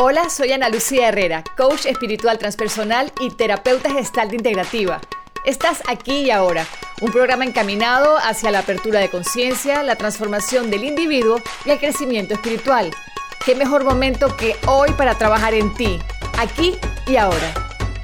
Hola, soy Ana Lucía Herrera, coach espiritual transpersonal y terapeuta gestalt integrativa. Estás aquí y ahora, un programa encaminado hacia la apertura de conciencia, la transformación del individuo y el crecimiento espiritual. ¿Qué mejor momento que hoy para trabajar en ti, aquí y ahora?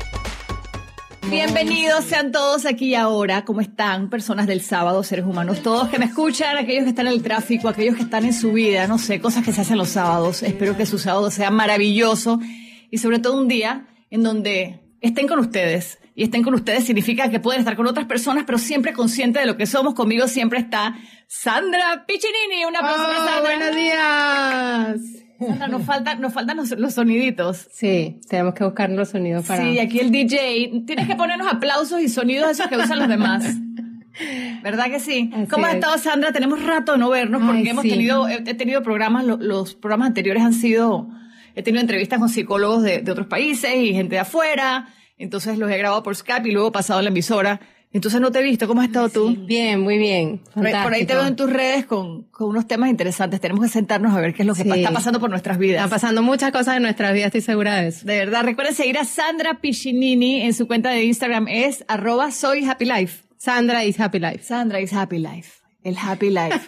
Bienvenidos sean todos aquí y ahora. ¿Cómo están? Personas del sábado, seres humanos, todos que me escuchan, aquellos que están en el tráfico, aquellos que están en su vida, no sé, cosas que se hacen los sábados. Espero que su sábado sea maravilloso y sobre todo un día en donde estén con ustedes. Y estén con ustedes significa que pueden estar con otras personas, pero siempre conscientes de lo que somos. Conmigo siempre está Sandra Piccinini. Un aplauso para Sandra. ¡Buenos días! Sandra, nos faltan los soniditos. Sí, tenemos que buscar los sonidos para... Sí, aquí el DJ. Tienes que ponernos aplausos y sonidos esos que usan los demás. ¿Verdad que sí? Así ¿Cómo has estado, Sandra? Tenemos rato de no vernos porque he tenido programas, los programas anteriores he tenido entrevistas con psicólogos de otros países y gente de afuera. Entonces los he grabado por Skype y luego pasado a la emisora. Entonces no te he visto. ¿Cómo has estado tú? Bien, muy bien. Fantástico. Por ahí te veo en tus redes con unos temas interesantes. Tenemos que sentarnos a ver qué es lo que está pasando por nuestras vidas. Están pasando muchas cosas en nuestras vidas, estoy segura de eso. De verdad. Recuerden seguir a Sandra Piccinini en su cuenta de Instagram. Es @soyhappylife. Sandra is Happy Life. Sandra is Happy Life. El Happy Life.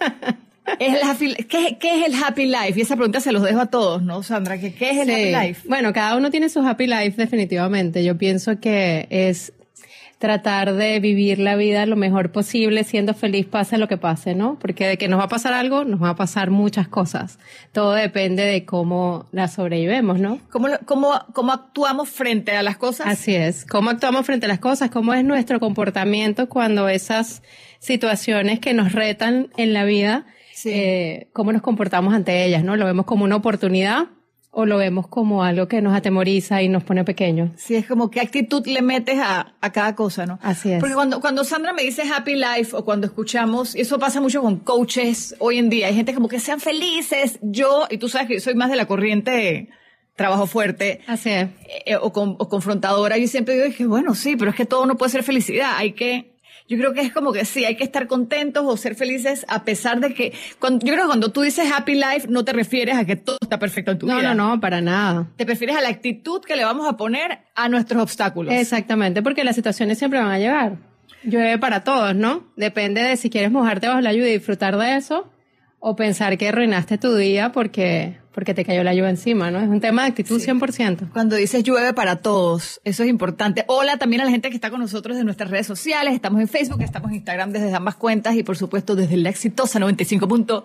¿Qué es el Happy Life? Y esa pregunta se los dejo a todos, ¿no, Sandra? ¿Qué es el Happy Life? Bueno, cada uno tiene su Happy Life definitivamente. Yo pienso que es tratar de vivir la vida lo mejor posible, siendo feliz pase lo que pase, ¿no? Porque de que nos va a pasar algo, nos va a pasar muchas cosas. Todo depende de cómo la sobrevivemos, ¿no? ¿Cómo actuamos frente a las cosas? Así es. ¿Cómo actuamos frente a las cosas? ¿Cómo es nuestro comportamiento cuando esas situaciones que nos retan en la vida, cómo nos comportamos ante ellas, ¿no? ¿Lo vemos como una oportunidad o lo vemos como algo que nos atemoriza y nos pone pequeños? Sí, es como qué actitud le metes a cada cosa, ¿no? Así es. Porque cuando Sandra me dice Happy Life o cuando escuchamos, y eso pasa mucho con coaches hoy en día, hay gente como que sean felices. Y tú sabes que yo soy más de la corriente trabajo fuerte. Así es. O confrontadora. Yo siempre digo, que bueno, sí, pero es que todo no puede ser felicidad. Yo creo que es como que sí, hay que estar contentos o ser felices a pesar de que... yo creo que cuando tú dices happy life no te refieres a que todo está perfecto en tu vida. No, para nada. Te refieres a la actitud que le vamos a poner a nuestros obstáculos. Exactamente, porque las situaciones siempre van a llegar. Llueve para todos, ¿no? Depende de si quieres mojarte bajo la lluvia y disfrutar de eso o pensar que arruinaste tu día porque te cayó la lluvia encima, ¿no? Es un tema de actitud 100%. Cuando dices llueve para todos, eso es importante. Hola también a la gente que está con nosotros de nuestras redes sociales. Estamos en Facebook, estamos en Instagram desde ambas cuentas y por supuesto desde la exitosa 95.3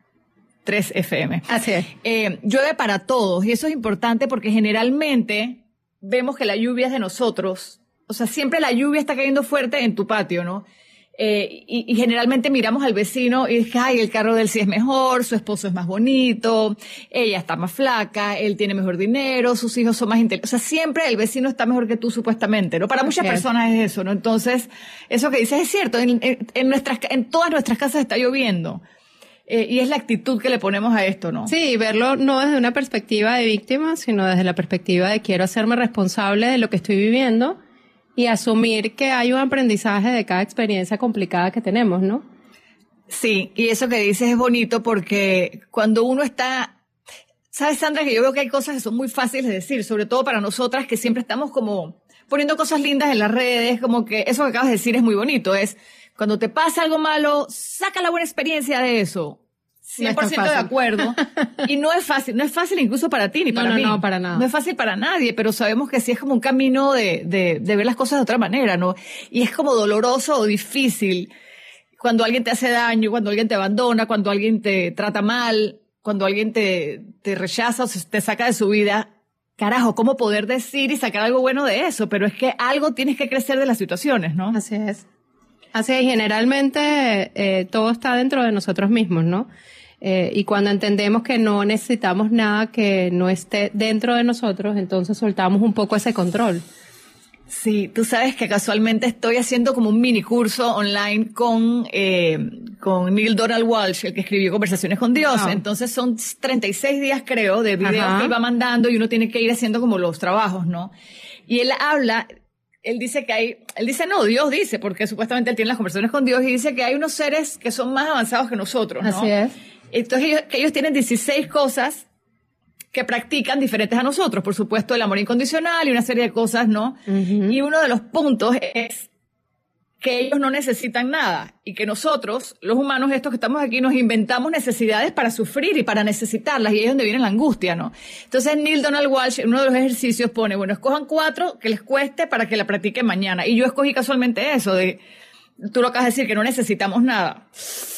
FM. Así es. Llueve para todos y eso es importante porque generalmente vemos que la lluvia es de nosotros. O sea, siempre la lluvia está cayendo fuerte en tu patio, ¿no? Y generalmente miramos al vecino y es que, el carro de él sí es mejor, su esposo es más bonito, ella está más flaca, él tiene mejor dinero, sus hijos son más inteligentes. O sea, siempre el vecino está mejor que tú, supuestamente, ¿no? Para muchas personas es eso, ¿no? Entonces, eso que dices es cierto. En todas nuestras casas está lloviendo. Y es la actitud que le ponemos a esto, ¿no? Sí, verlo no desde una perspectiva de víctima, sino desde la perspectiva de quiero hacerme responsable de lo que estoy viviendo y asumir que hay un aprendizaje de cada experiencia complicada que tenemos, ¿no? Sí, y eso que dices es bonito porque cuando uno está... ¿Sabes, Sandra? Que yo veo que hay cosas que son muy fáciles de decir, sobre todo para nosotras que siempre estamos como poniendo cosas lindas en las redes, como que eso que acabas de decir es muy bonito, es cuando te pasa algo malo, saca la buena experiencia de eso. 100% de acuerdo. Y no es fácil incluso para ti ni para mí. No, para nada. No es fácil para nadie, pero sabemos que sí es como un camino de ver las cosas de otra manera, ¿no? Y es como doloroso o difícil cuando alguien te hace daño, cuando alguien te abandona, cuando alguien te trata mal, cuando alguien te rechaza o te saca de su vida. Carajo, ¿cómo poder decir y sacar algo bueno de eso? Pero es que algo tienes que crecer de las situaciones, ¿no? Así es. Así es, generalmente todo está dentro de nosotros mismos, ¿no? Y cuando entendemos que no necesitamos nada que no esté dentro de nosotros, entonces soltamos un poco ese control. Sí, tú sabes que casualmente estoy haciendo como un mini curso online con Neil Donald Walsh, el que escribió Conversaciones con Dios. Wow. Entonces son 36 días, creo, de videos que él va mandando y uno tiene que ir haciendo como los trabajos, ¿no? Y él dice Dios dice, porque supuestamente él tiene las conversaciones con Dios y dice que hay unos seres que son más avanzados que nosotros, ¿no? Así es. Entonces ellos tienen 16 cosas que practican diferentes a nosotros. Por supuesto, el amor incondicional y una serie de cosas, ¿no? Y uno de los puntos es que ellos no necesitan nada y que nosotros, los humanos estos que estamos aquí, nos inventamos necesidades para sufrir y para necesitarlas, y ahí es donde viene la angustia, ¿no? Entonces Neil Donald Walsh en uno de los ejercicios pone, bueno, escojan 4 que les cueste para que la practiquen mañana, y yo escogí casualmente eso de, tú lo acabas de decir, que no necesitamos nada.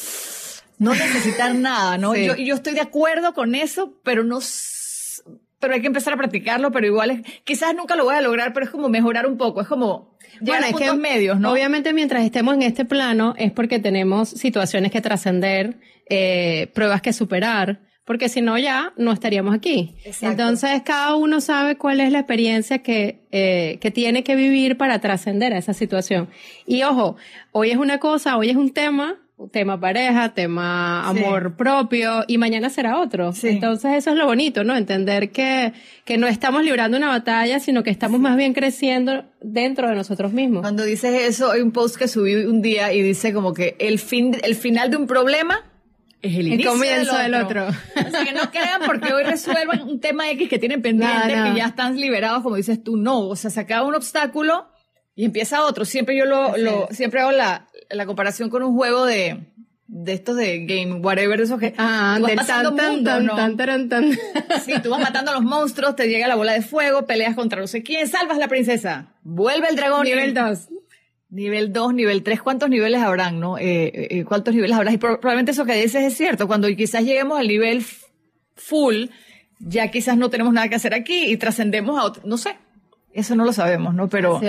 No necesitar nada, ¿no? Sí. Yo estoy de acuerdo con eso, pero pero hay que empezar a practicarlo, pero igual quizás nunca lo voy a lograr, pero es como mejorar un poco, es como llegar a puntos medios, ¿no? Obviamente mientras estemos en este plano es porque tenemos situaciones que trascender, pruebas que superar, porque si no ya no estaríamos aquí. Exacto. Entonces cada uno sabe cuál es la experiencia que tiene que vivir para trascender a esa situación. Y ojo, hoy es una cosa, hoy es un tema pareja, tema amor propio, y mañana será otro. Sí. Entonces eso es lo bonito, ¿no? Entender que no estamos librando una batalla, sino que estamos más bien creciendo dentro de nosotros mismos. Cuando dices eso, hay un post que subí un día y dice como que el final de un problema es el inicio comienzo del otro. O sea, que no crean porque hoy resuelvan un tema X que tienen pendiente, No. que ya están liberados, como dices tú. No, o sea, se acaba un obstáculo y empieza otro. Siempre yo siempre hago la comparación con un juego de estos de game, whatever, esos que tú vas del pasando mundos, ¿no? tan. Sí, tú vas matando a los monstruos, te llega la bola de fuego, peleas contra no sé quién, salvas a la princesa, vuelve el dragón. Nivel 2. Nivel 2, nivel 3, ¿cuántos niveles habrán, no? ¿Cuántos niveles habrán? Y probablemente eso que dices es cierto. Cuando quizás lleguemos al nivel full, ya quizás no tenemos nada que hacer aquí y trascendemos a otro, no sé. Eso no lo sabemos, ¿no? Pero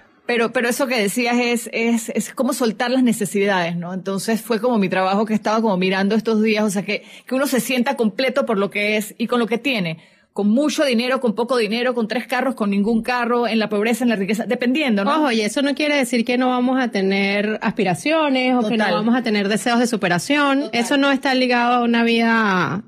eso que decías es como soltar las necesidades, ¿no? Entonces fue como mi trabajo que estaba como mirando estos días, o sea, que uno se sienta completo por lo que es y con lo que tiene. Con mucho dinero, con poco dinero, con 3 carros, con ningún carro, en la pobreza, en la riqueza, dependiendo, ¿no? Ojo, y eso no quiere decir que no vamos a tener aspiraciones o que no vamos a tener deseos de superación. Total. Eso no está ligado a una vida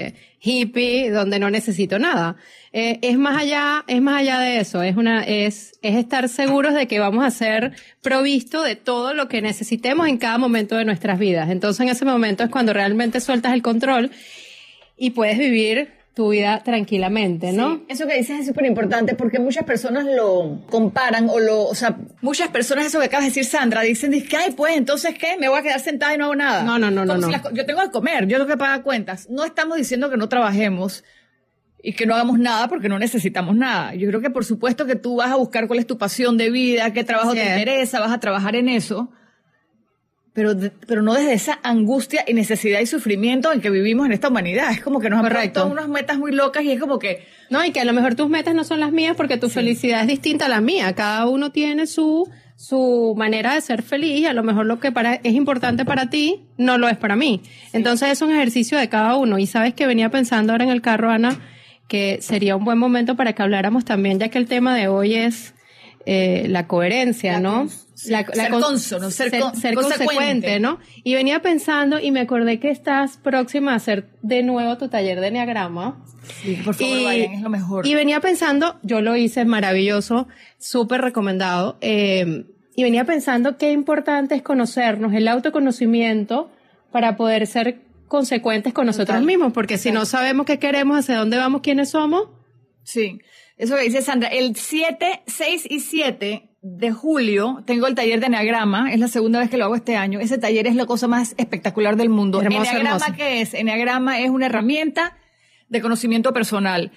hippie donde no necesito nada. Es más allá de eso. Es estar seguros de que vamos a ser provisto de todo lo que necesitemos en cada momento de nuestras vidas. Entonces, en ese momento es cuando realmente sueltas el control y puedes vivir tu vida tranquilamente, ¿no? Sí, eso que dices es súper importante porque muchas personas lo comparan o sea, muchas personas, eso que acabas de decir, Sandra, dicen, ay, pues, entonces, ¿qué? Me voy a quedar sentada y no hago nada. No. Si yo tengo que comer, yo tengo que pagar cuentas. No estamos diciendo que no trabajemos y que no hagamos nada porque no necesitamos nada. Yo creo que por supuesto que tú vas a buscar cuál es tu pasión de vida, qué trabajo te interesa, vas a trabajar en eso. Pero no desde esa angustia y necesidad y sufrimiento en que vivimos en esta humanidad. Es como que nos han puesto unas metas muy locas y es como que... No, y que a lo mejor tus metas no son las mías porque tu felicidad es distinta a la mía. Cada uno tiene su manera de ser feliz y a lo mejor lo que es importante para ti no lo es para mí. Sí. Entonces es un ejercicio de cada uno. Y sabes que venía pensando ahora en el carro, Ana, que sería un buen momento para que habláramos también, ya que el tema de hoy es la coherencia, ¿no? Ser consono, ser consecuente, ¿no? Y venía pensando y me acordé que estás próxima a hacer de nuevo tu taller de enneagrama. Sí, por favor, vayan, es lo mejor. Y venía pensando, yo lo hice maravilloso, súper recomendado, y venía pensando qué importante es conocernos, el autoconocimiento para poder ser consecuentes con nosotros mismos, porque si no sabemos qué queremos, hacia dónde vamos, quiénes somos. Sí, eso que dice Sandra, el 7, 6 y 7 de julio tengo el taller de enneagrama, es la segunda vez que lo hago este año. Ese taller es la cosa más espectacular del mundo. Hermoso, ¿Enneagrama qué es? Enneagrama es una herramienta de conocimiento personal.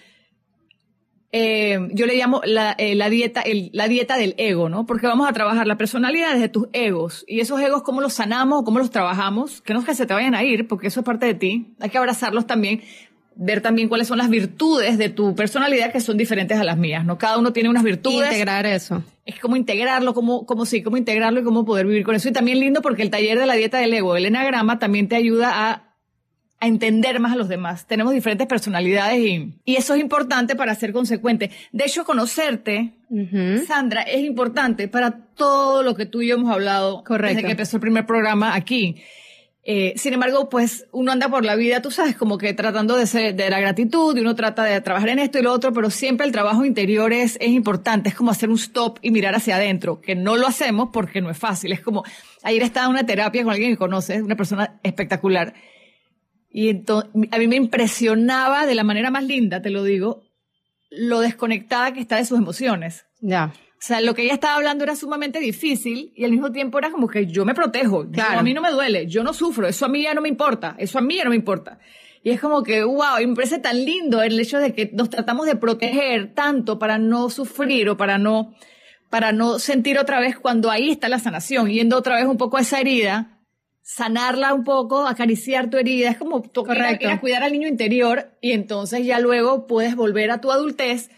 Yo le llamo la dieta del ego, ¿no? Porque vamos a trabajar la personalidad desde tus egos. Y esos egos, ¿cómo los sanamos? ¿Cómo los trabajamos? Que no es que se te vayan a ir, porque eso es parte de ti. Hay que abrazarlos también. Ver también cuáles son las virtudes de tu personalidad que son diferentes a las mías, ¿no? Cada uno tiene unas virtudes. Integrar eso. Es como integrarlo, cómo integrarlo y cómo poder vivir con eso. Y también lindo porque el taller de la dieta del ego, el enneagrama, también te ayuda a entender más a los demás. Tenemos diferentes personalidades y eso es importante para ser consecuente. De hecho, conocerte, Sandra, es importante para todo lo que tú y yo hemos hablado. Correcto. Desde que empezó el primer programa aquí. Sin embargo, pues uno anda por la vida, tú sabes, como que tratando de la gratitud y uno trata de trabajar en esto y lo otro, pero siempre el trabajo interior es importante, es como hacer un stop y mirar hacia adentro, que no lo hacemos porque no es fácil. Es como, ayer estaba en una terapia con alguien que conoces, una persona espectacular, Y entonces, a mí me impresionaba de la manera más linda, te lo digo, lo desconectada que está de sus emociones. Ya. O sea, lo que ella estaba hablando era sumamente difícil y al mismo tiempo era como que yo me protejo. Claro. A mí no me duele, yo no sufro, eso a mí ya no me importa, eso a mí ya no me importa. Y es como que, wow, y me parece tan lindo el hecho de que nos tratamos de proteger tanto para no sufrir o para no sentir otra vez cuando ahí está la sanación, yendo otra vez un poco a esa herida, sanarla un poco, acariciar tu herida. Es como ir a cuidar al niño interior y entonces ya luego puedes volver a tu adultez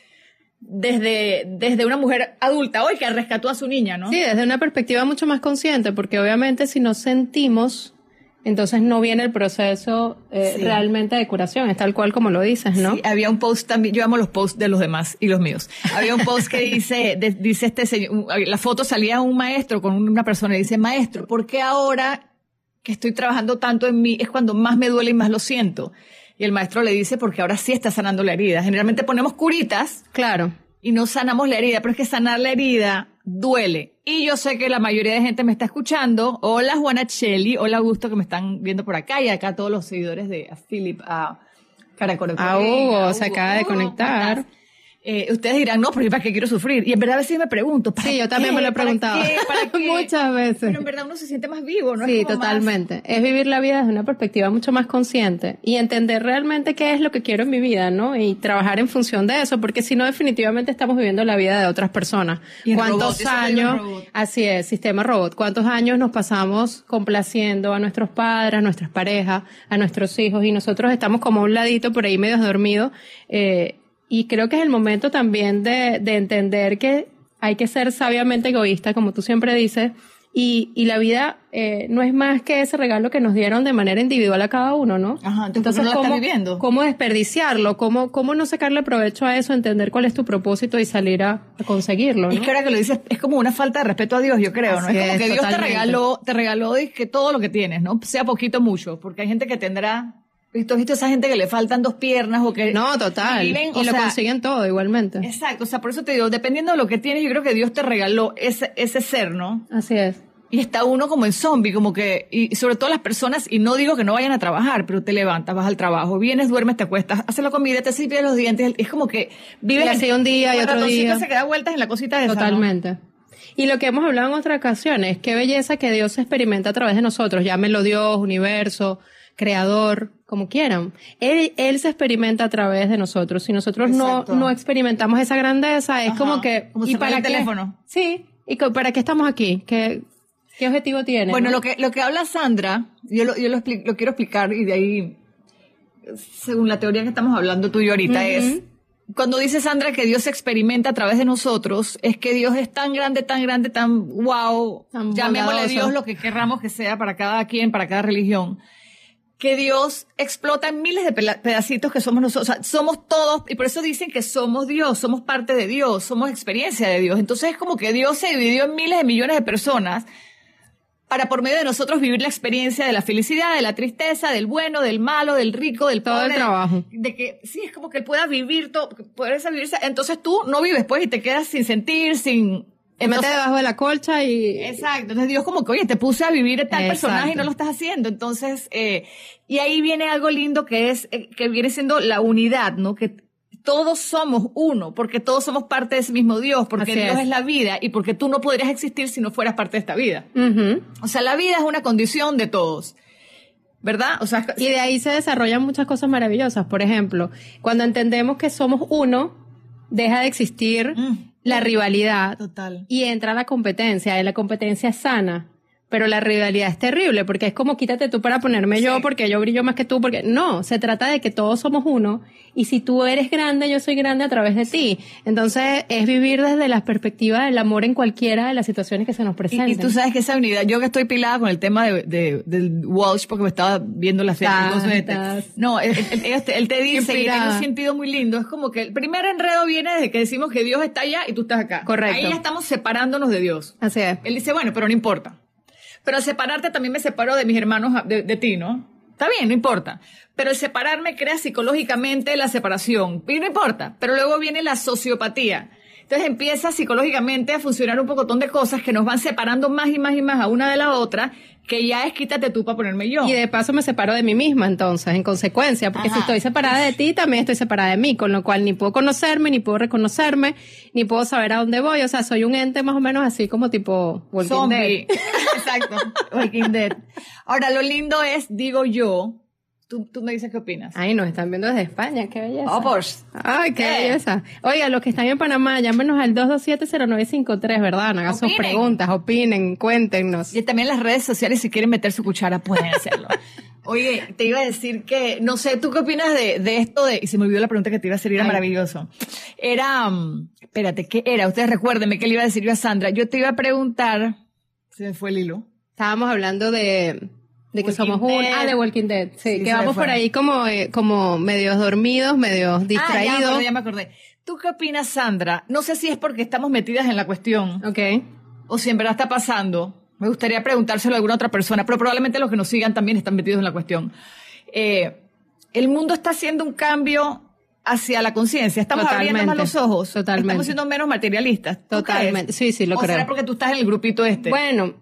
desde una mujer adulta hoy que rescató a su niña, ¿no? Sí, desde una perspectiva mucho más consciente, porque obviamente si no sentimos, entonces no viene el proceso realmente de curación, es tal cual como lo dices, ¿no? Sí, había un post también, yo amo los posts de los demás y los míos. Había un post que dice este señor, la foto salía un maestro con una persona y dice, maestro, ¿por qué ahora que estoy trabajando tanto en mí es cuando más me duele y más lo siento? Y el maestro le dice, porque ahora sí está sanando la herida. Generalmente ponemos curitas. Claro. Y no sanamos la herida, pero es que sanar la herida duele. Y yo sé que la mayoría de gente me está escuchando. Hola Juana Cheli, hola Augusto que me están viendo por acá y acá todos los seguidores de Philip, Caracol. A Hugo, se acaba de conectar. Ustedes dirán, no, porque ¿para qué quiero sufrir? Y en verdad a veces me pregunto, ¿para qué? Sí, yo también me lo he preguntado. ¿Para qué? Muchas veces. Pero en verdad uno se siente más vivo, ¿no? Sí, totalmente. Es vivir la vida desde una perspectiva mucho más consciente y entender realmente qué es lo que quiero en mi vida, ¿no? Y trabajar en función de eso, porque si no, definitivamente estamos viviendo la vida de otras personas. ¿Cuántos años? Así es, sistema robot. ¿Cuántos años nos pasamos complaciendo a nuestros padres, a nuestras parejas, a nuestros hijos y nosotros estamos como a un ladito por ahí medio dormidos? Y creo que es el momento también de entender que hay que ser sabiamente egoísta, como tú siempre dices, y la vida no es más que ese regalo que nos dieron de manera individual a cada uno, ¿no? Ajá, entonces ¿cómo lo estás viviendo? ¿Cómo desperdiciarlo? ¿Cómo no sacarle provecho a eso, entender cuál es tu propósito y salir a conseguirlo, ¿no? Es que ahora que lo dices, es como una falta de respeto a Dios, yo creo, ¿no? Así es como que Dios totalmente. te regaló que todo lo que tienes, ¿no? Sea poquito o mucho, porque hay gente que tendrá... ¿Tú has visto esa gente que le faltan 2 piernas o que... No, total. Viven, y lo consiguen todo igualmente. Exacto. O sea, por eso te digo, dependiendo de lo que tienes, yo creo que Dios te regaló ese ser, ¿no? Así es. Y está uno como en zombie, como que... Y sobre todo las personas, y no digo que no vayan a trabajar, pero te levantas, vas al trabajo, vienes, duermes, te acuestas, haces la comida, te cepillas los dientes. Es como que vives... Y así un día y otro día. Se queda vueltas en la cosita esa, totalmente. ¿No? Y lo que hemos hablado en otras ocasiones, qué belleza que Dios se experimenta a través de nosotros. Llámelo Dios, universo, creador, como quieran. Él se experimenta a través de nosotros. Si nosotros no experimentamos esa grandeza, es como que... Como ¿y para qué? Teléfono. Sí. ¿Y para qué estamos aquí? ¿Qué objetivo tiene? Bueno, ¿no? lo que habla Sandra, yo lo quiero explicar y de ahí, según la teoría que estamos hablando tú y yo ahorita, es... Cuando dice Sandra que Dios se experimenta a través de nosotros, es que Dios es tan grande, tan wow, tan llamémosle Dios lo que querramos que sea para cada quien, para cada religión, que Dios explota en miles de pedacitos que somos nosotros, o sea, somos todos, y por eso dicen que somos Dios, somos parte de Dios, somos experiencia de Dios. Entonces es como que Dios se dividió en miles de millones de personas para por medio de nosotros vivir la experiencia de la felicidad, de la tristeza, del bueno, del malo, del rico, del pobre. Todo el trabajo. De que, sí, es como que él pueda vivir todo, poder vivirse. Entonces tú no vives pues y te quedas sin sentir, sin... Te metes debajo de la colcha y... Exacto. Entonces Dios como que, oye, te puse a vivir tal personaje y no lo estás haciendo. Entonces, y ahí viene algo lindo que es, que viene siendo la unidad, ¿no? Que todos somos uno, porque todos somos parte de ese mismo Dios, porque Dios es la vida y porque tú no podrías existir si no fueras parte de esta vida. O sea, la vida es una condición de todos, ¿verdad? O sea, y de ahí se desarrollan muchas cosas maravillosas. Por ejemplo, cuando entendemos que somos uno, deja de existir la rivalidad. Total. Y entra la competencia, y la competencia es sana. Pero la rivalidad es terrible, porque es como quítate tú para ponerme yo, porque yo brillo más que tú, porque no, se trata de que todos somos uno, y si tú eres grande, yo soy grande a través de ti. Entonces, es vivir desde la perspectiva del amor en cualquiera de las situaciones que se nos presenten. Y tú sabes que esa unidad, yo que estoy pilada con el tema del Walsh, porque me estaba viendo la serie. No, él te dice, y tiene un sentido muy lindo, es como que el primer enredo viene desde que decimos que Dios está allá y tú estás acá. Correcto. Ahí ya estamos separándonos de Dios. Así es. Él dice, bueno, pero no importa. Pero al separarte también me separo de mis hermanos, de ti, ¿no? Está bien, no importa. Pero el separarme crea psicológicamente la separación. Y no importa. Pero luego viene la sociopatía. Entonces empieza psicológicamente a funcionar un pocotón de cosas que nos van separando más y más y más a una de la otra, que ya es quítate tú para ponerme yo. Y de paso me separo de mí misma, entonces, en consecuencia, porque si estoy separada de ti, también estoy separada de mí, con lo cual ni puedo conocerme, ni puedo reconocerme, ni puedo saber a dónde voy. O sea, soy un ente más o menos así como tipo Walking Dead. Exacto, Walking Dead. Ahora, lo lindo es, digo yo, tú me dices qué opinas. Ay, nos están viendo desde España, qué belleza. Oh, pues. Ay, qué belleza. Oiga, los que están en Panamá, llámenos al 227-0953, ¿verdad? Hagan sus preguntas, opinen, cuéntenos. Y también en las redes sociales, si quieren meter su cuchara, pueden hacerlo. Oye, te iba a decir que, no sé, ¿tú qué opinas de esto de, y se me olvidó la pregunta que te iba a hacer, era maravilloso. Era, espérate, ¿qué era? Ustedes recuérdenme qué le iba a decir yo a Sandra. Yo te iba a preguntar, se me fue el hilo. Estábamos hablando de que somos de Walking Dead. Sí, que vamos por ahí como medios dormidos, medios distraídos. Ya me acordé. ¿Tú qué opinas, Sandra? No sé si es porque estamos metidas en la cuestión. Okay. O si en verdad está pasando. Me gustaría preguntárselo a alguna otra persona, pero probablemente los que nos sigan también están metidos en la cuestión. El mundo está haciendo un cambio hacia la conciencia. Estamos abriendo más los ojos. Totalmente. Estamos siendo menos materialistas. Totalmente. Sí, lo creo. ¿O será porque tú estás en el grupito este? Bueno,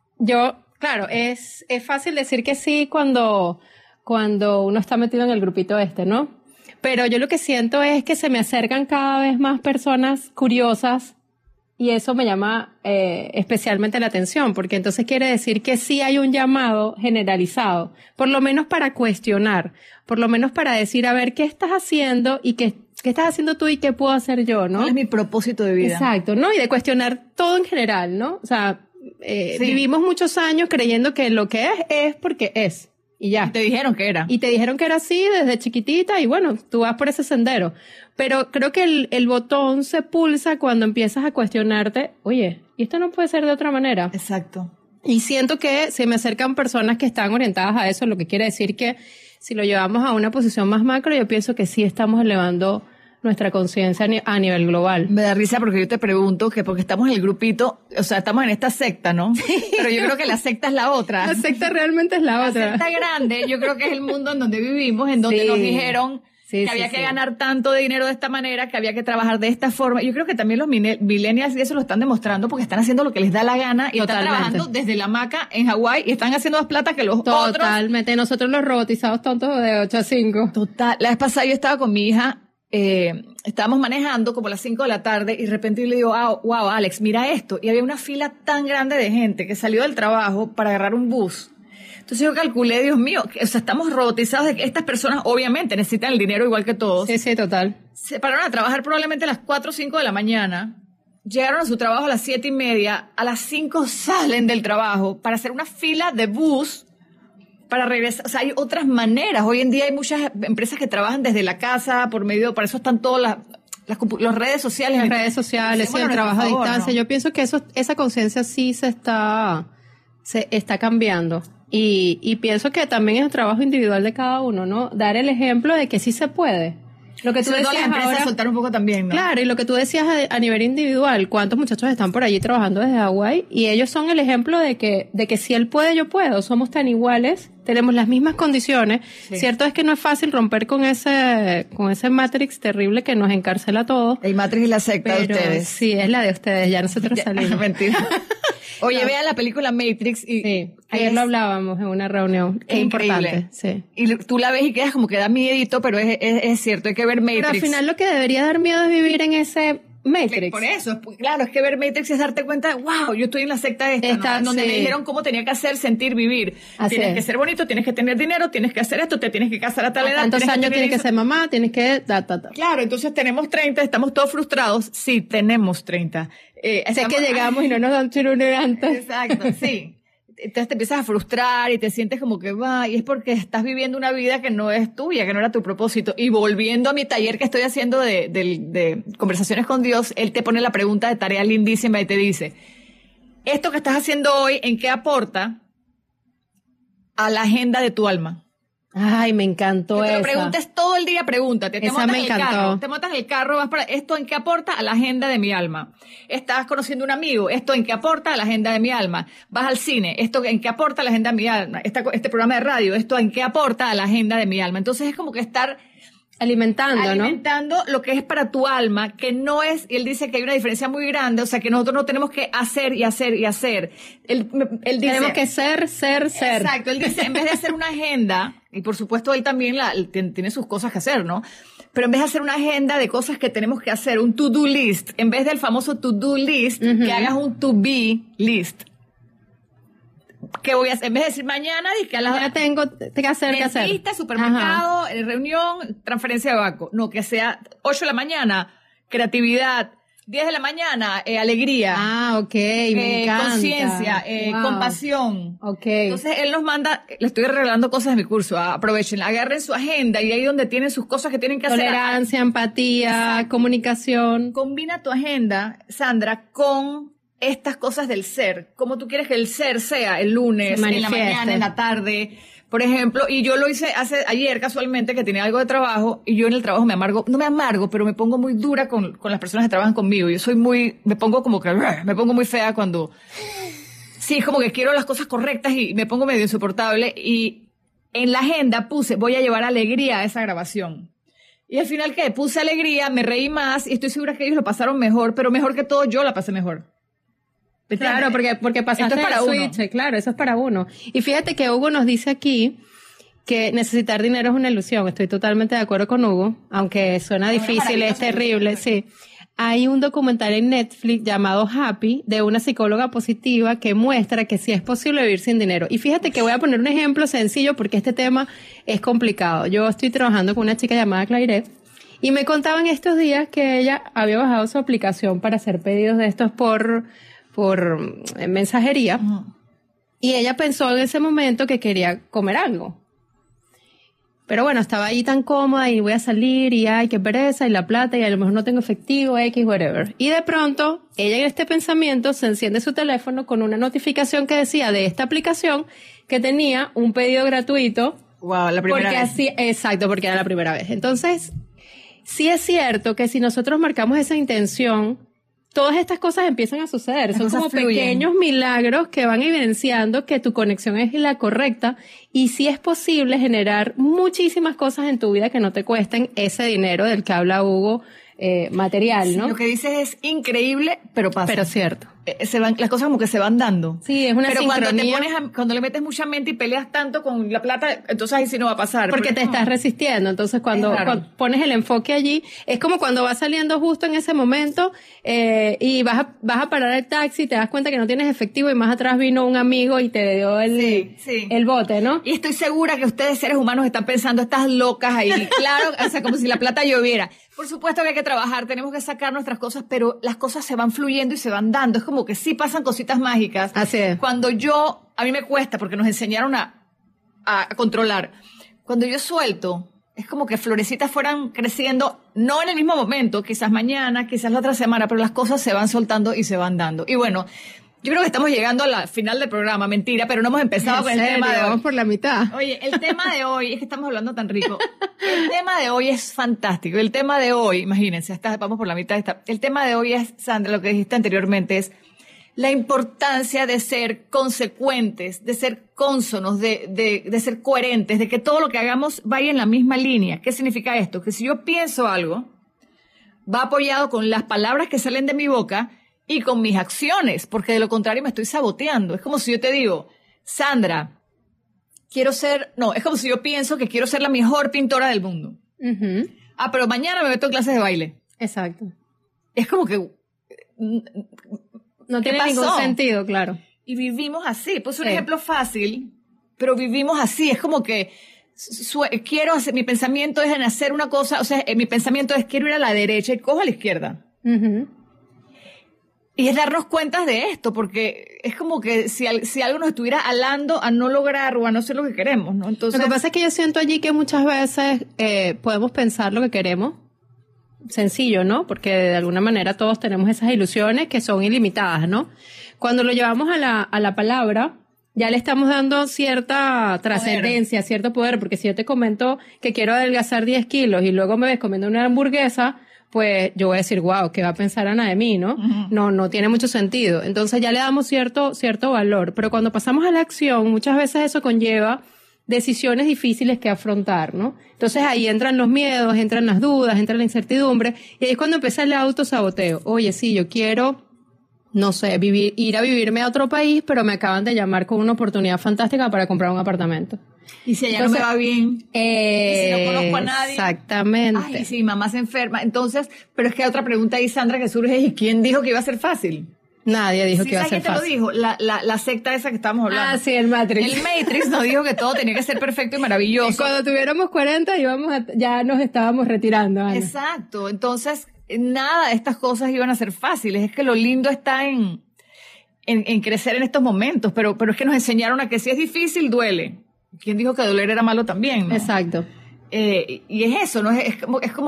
claro, es fácil decir que sí cuando uno está metido en el grupito este, ¿no? Pero yo lo que siento es que se me acercan cada vez más personas curiosas y eso me llama especialmente la atención, porque entonces quiere decir que sí hay un llamado generalizado, por lo menos para cuestionar, por lo menos para decir, a ver, ¿qué estás haciendo y qué estás haciendo tú y qué puedo hacer yo, ¿no? ¿Cuál es mi propósito de vida? Exacto, ¿no? Y de cuestionar todo en general, ¿no? O sea, vivimos muchos años creyendo que lo que es porque es. Y ya. Y te dijeron que era. Y te dijeron que era así desde chiquitita y bueno, tú vas por ese sendero. Pero creo que el botón se pulsa cuando empiezas a cuestionarte, oye, ¿y esto no puede ser de otra manera? Exacto. Y siento que se me acercan personas que están orientadas a eso, lo que quiere decir que si lo llevamos a una posición más macro, yo pienso que sí estamos elevando nuestra conciencia a nivel global. Me da risa porque yo te pregunto que porque estamos en el grupito, o sea, estamos en esta secta, ¿no? Pero yo creo que la secta es la otra. La secta realmente es la otra. La secta grande, yo creo que es el mundo en donde vivimos, en donde nos dijeron que había que ganar tanto de dinero de esta manera, que había que trabajar de esta forma. Yo creo que también los millennials y eso lo están demostrando porque están haciendo lo que les da la gana y están trabajando desde la hamaca en Hawái y están haciendo más plata que los otros. Totalmente. Nosotros los robotizados tontos de 8 a 5. Total. La vez pasada yo estaba con mi hija, estábamos manejando como a las 5 de la tarde y de repente le digo, wow, Alex, mira esto. Y había una fila tan grande de gente que salió del trabajo para agarrar un bus. Entonces yo calculé, Dios mío, o sea, estamos robotizados de que estas personas obviamente necesitan el dinero igual que todos. Sí, total. Se pararon a trabajar probablemente a las 4 o 5 de la mañana, llegaron a su trabajo a las 7:30, a las 5 salen del trabajo para hacer una fila de bus para regresar. O sea, hay otras maneras. Hoy en día hay muchas empresas que trabajan desde la casa por medio, para eso están todas las redes sociales. Las redes sociales, el trabajo a distancia. ¿No? Yo pienso que esa conciencia sí se está cambiando. Y pienso que también es el trabajo individual de cada uno, ¿no? Dar el ejemplo de que sí se puede. Lo que tú decías las empresas ahora, soltar un poco también, ¿no? Claro, y lo que tú decías a nivel individual, cuántos muchachos están por allí trabajando desde Hawái y ellos son el ejemplo de que si él puede, yo puedo. Somos tan iguales, tenemos las mismas condiciones. Sí. Cierto es que no es fácil romper con ese Matrix terrible que nos encarcela a todos. El Matrix y la secta de ustedes. Sí, es la de ustedes, ya nosotros salimos. Mentira. Oye, vean la película Matrix y... Sí, ayer lo hablábamos en una reunión. Es importante, sí. Y tú la ves y quedas como que da miedito, pero es cierto, hay que ver Matrix. Pero al final lo que debería dar miedo es vivir en ese Matrix. Por eso, claro, es que ver Matrix es darte cuenta, wow, yo estoy en la secta esta, ¿no? Donde me dijeron cómo tenía que hacer, sentir, vivir. Tienes que ser bonito, tienes que tener dinero, tienes que hacer esto, te tienes que casar a tal edad. Tantos años tienes que ser mamá, tienes que... Claro, entonces tenemos 30, estamos todos frustrados. Sí, tenemos 30. Sé que llegamos y no nos dan churune antes. Exacto, sí. Entonces te empiezas a frustrar y te sientes como que y es porque estás viviendo una vida que no es tuya, que no era tu propósito. Y volviendo a mi taller que estoy haciendo de conversaciones con Dios, él te pone la pregunta de tarea lindísima y te dice, esto que estás haciendo hoy, ¿en qué aporta a la agenda de tu alma? Ay, me encantó que esa. Te lo preguntes todo el día, pregúntate. Esa me encantó. Te montas en el carro, vas para esto en qué aporta a la agenda de mi alma. Estás conociendo un amigo, esto en qué aporta a la agenda de mi alma. Vas al cine, esto en qué aporta a la agenda de mi alma. Este programa de radio, esto en qué aporta a la agenda de mi alma. Entonces es como que estar alimentando lo que es para tu alma, que no es, y él dice que hay una diferencia muy grande, o sea, que nosotros no tenemos que hacer y hacer y hacer. Él dice, tenemos que ser. Exacto, él dice, en vez de hacer una agenda, y por supuesto él también tiene sus cosas que hacer, ¿no? Pero en vez de hacer una agenda de cosas que tenemos que hacer, un to-do list, en vez del famoso to-do list, que hagas un to-be list. ¿Qué voy a hacer? En vez de decir mañana, dije a las... Ya tengo que hacer. Dentista, supermercado, reunión, transferencia de banco. No, que sea 8 de la mañana, creatividad, 10 de la mañana, alegría. Ah, ok, me encanta. Conciencia, compasión. Ok. Entonces él nos manda, le estoy regalando cosas de mi curso, aprovechen, agarren su agenda y ahí donde tienen sus cosas que tienen que hacer. Tolerancia, empatía, comunicación. Combina tu agenda, Sandra, con estas cosas del ser, como tú quieres que el ser sea el lunes, en la mañana, en la tarde, por ejemplo, y yo lo hice ayer casualmente que tenía algo de trabajo y yo en el trabajo no me amargo, pero me pongo muy dura con las personas que trabajan conmigo. Yo me pongo muy fea cuando, sí, es como que quiero las cosas correctas y me pongo medio insoportable y en la agenda voy a llevar alegría a esa grabación. Y al final, ¿qué? Puse alegría, me reí más y estoy segura que ellos lo pasaron mejor, pero mejor que todo yo la pasé mejor. Claro, porque pasaste es para el switch, claro, eso es para uno. Y fíjate que Hugo nos dice aquí que necesitar dinero es una ilusión. Estoy totalmente de acuerdo con Hugo, aunque suena difícil, es terrible, sí. Hay un documental en Netflix llamado Happy, de una psicóloga positiva que muestra que sí es posible vivir sin dinero. Y fíjate que voy a poner un ejemplo sencillo porque este tema es complicado. Yo estoy trabajando con una chica llamada Claire y me contaba en estos días que ella había bajado su aplicación para hacer pedidos de estos por mensajería, y ella pensó en ese momento que quería comer algo. Pero bueno, estaba ahí tan cómoda y voy a salir y ay, qué pereza y la plata y a lo mejor no tengo efectivo, X, whatever. Y de pronto, ella en este pensamiento se enciende su teléfono con una notificación que decía de esta aplicación que tenía un pedido gratuito. Wow, la primera vez. Exacto, porque era la primera vez. Entonces, sí es cierto que si nosotros marcamos esa intención, todas estas cosas empiezan a suceder. Son como pequeños milagros que van evidenciando que tu conexión es la correcta y sí es posible generar muchísimas cosas en tu vida que no te cuesten ese dinero del que habla Hugo, material, ¿no? Sí, lo que dices es increíble, pero pasa. Pero cierto. Las cosas como que se van dando. Sí, es una sincronía. Pero cuando le metes mucha mente y peleas tanto con la plata, entonces ahí sí no va a pasar. Porque te estás resistiendo. Entonces cuando pones el enfoque allí, es como cuando vas saliendo justo en ese momento, y vas a parar el taxi y te das cuenta que no tienes efectivo y más atrás vino un amigo y te dio el bote, ¿no? Y estoy segura que ustedes seres humanos están pensando, estas locas ahí, claro, o sea, como si la plata lloviera. Por supuesto que hay que trabajar, tenemos que sacar nuestras cosas, pero las cosas se van fluyendo y se van dando. Es como que sí pasan cositas mágicas. Así es. Cuando a mí me cuesta, porque nos enseñaron a controlar. Cuando yo suelto, es como que florecitas fueran creciendo, no en el mismo momento, quizás mañana, quizás la otra semana, pero las cosas se van soltando y se van dando. Y bueno, yo creo que estamos llegando a la final del programa, mentira, pero no hemos empezado con el tema de hoy. Vamos por la mitad. Oye, el tema de hoy, es que estamos hablando tan rico. El tema de hoy es fantástico. El tema de hoy, imagínense, vamos por la mitad. El tema de hoy es, Sandra, lo que dijiste anteriormente, es la importancia de ser consecuentes, de ser cónsonos, de ser coherentes, de que todo lo que hagamos vaya en la misma línea. ¿Qué significa esto? Que si yo pienso algo, va apoyado con las palabras que salen de mi boca y con mis acciones, porque de lo contrario me estoy saboteando. Es como si yo te digo, Sandra, es como si yo pienso que quiero ser la mejor pintora del mundo. Uh-huh. Pero mañana me meto en clases de baile. Exacto. Es como que no tiene ningún sentido, claro. Y vivimos así. Pues un ejemplo fácil, pero vivimos así. Es como que mi pensamiento es en hacer una cosa, o sea, mi pensamiento es quiero ir a la derecha y cojo a la izquierda. Uh-huh. Y es darnos cuenta de esto, porque es como que si algo nos estuviera alando a no lograr o a no ser lo que queremos, ¿no? Entonces, lo que pasa es que yo siento allí que muchas veces podemos pensar lo que queremos, sencillo, ¿no? Porque de alguna manera todos tenemos esas ilusiones que son ilimitadas, ¿no? Cuando lo llevamos a la palabra, ya le estamos dando cierta trascendencia, cierto poder, porque si yo te comento que quiero adelgazar 10 kilos y luego me ves comiendo una hamburguesa, pues yo voy a decir, wow, ¿qué va a pensar Ana de mí, no? Uh-huh. No tiene mucho sentido. Entonces ya le damos cierto valor. Pero cuando pasamos a la acción, muchas veces eso conlleva decisiones difíciles que afrontar, ¿no? Entonces ahí entran los miedos, entran las dudas, entra la incertidumbre, y ahí es cuando empieza el autosaboteo. Oye, sí, yo quiero, no sé, ir a vivirme a otro país, pero me acaban de llamar con una oportunidad fantástica para comprar un apartamento. Y si allá entonces, no me va bien, y si no conozco a nadie. Exactamente. Ay, y si mi mamá se enferma. Entonces, pero es que hay otra pregunta ahí, Sandra, que surge, ¿y quién dijo que iba a ser fácil? Nadie dijo que iba a ser fácil. ¿Quién te lo dijo? La secta esa que estábamos hablando. Ah, sí, el Matrix. El Matrix nos dijo que todo tenía que ser perfecto y maravilloso. Y cuando tuviéramos 40 ya nos estábamos retirando, Ana. Exacto. Entonces, nada de estas cosas iban a ser fáciles. Es que lo lindo está en crecer en estos momentos, pero es que nos enseñaron a que si es difícil, duele. ¿Quién dijo que doler era malo también, no? Exacto. Y es eso, ¿no? Es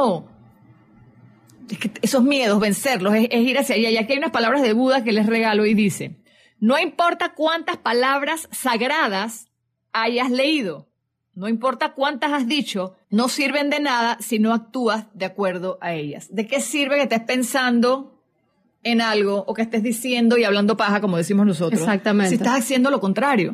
que esos miedos, vencerlos, es ir hacia allá. Y aquí hay unas palabras de Buda que les regalo y dice, no importa cuántas palabras sagradas hayas leído, no importa cuántas has dicho, no sirven de nada si no actúas de acuerdo a ellas. ¿De qué sirve que estés pensando en algo o que estés diciendo y hablando paja, como decimos nosotros? Exactamente. Si estás haciendo lo contrario.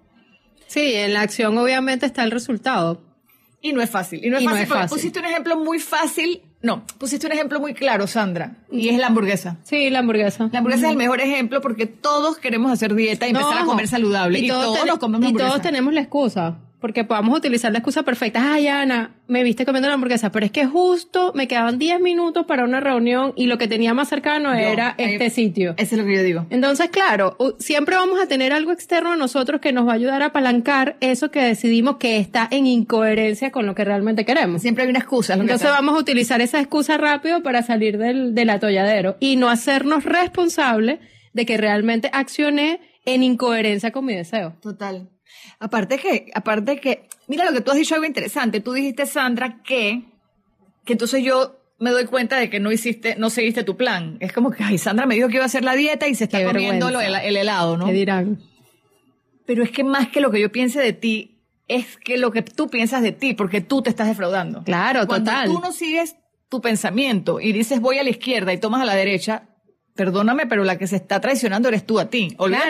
Sí, en la acción obviamente está el resultado. Y no es fácil. Y no es fácil. Pusiste un ejemplo muy fácil. No, pusiste un ejemplo muy claro, Sandra. Y es la hamburguesa. Sí, la hamburguesa. La hamburguesa es el mejor ejemplo porque todos queremos hacer dieta y empezar a comer saludable. Y todos nos comemos hamburguesa. Y todos tenemos la excusa. Porque podamos utilizar la excusa perfecta. Ay, Ana, me viste comiendo la hamburguesa, pero es que justo me quedaban 10 minutos para una reunión y lo que tenía más cercano era este sitio. Eso es lo que yo digo. Entonces, claro, siempre vamos a tener algo externo a nosotros que nos va a ayudar a apalancar eso que decidimos que está en incoherencia con lo que realmente queremos. Siempre hay una excusa. Entonces vamos a utilizar esa excusa rápido para salir del atolladero y no hacernos responsables de que realmente accioné en incoherencia con mi deseo. Total. Aparte que, mira lo que tú has dicho, algo interesante. Tú dijiste, Sandra, que entonces yo me doy cuenta de que no seguiste tu plan. Es como que, ay, Sandra me dijo que iba a hacer la dieta y se está comiendo el helado, ¿no? ¿Qué dirán? Pero es que más que lo que yo piense de ti, es que lo que tú piensas de ti, porque tú te estás defraudando. Claro, Cuando total. tú no sigues tu pensamiento y dices voy a la izquierda y tomas a la derecha, perdóname, pero la que se está traicionando eres tú a ti.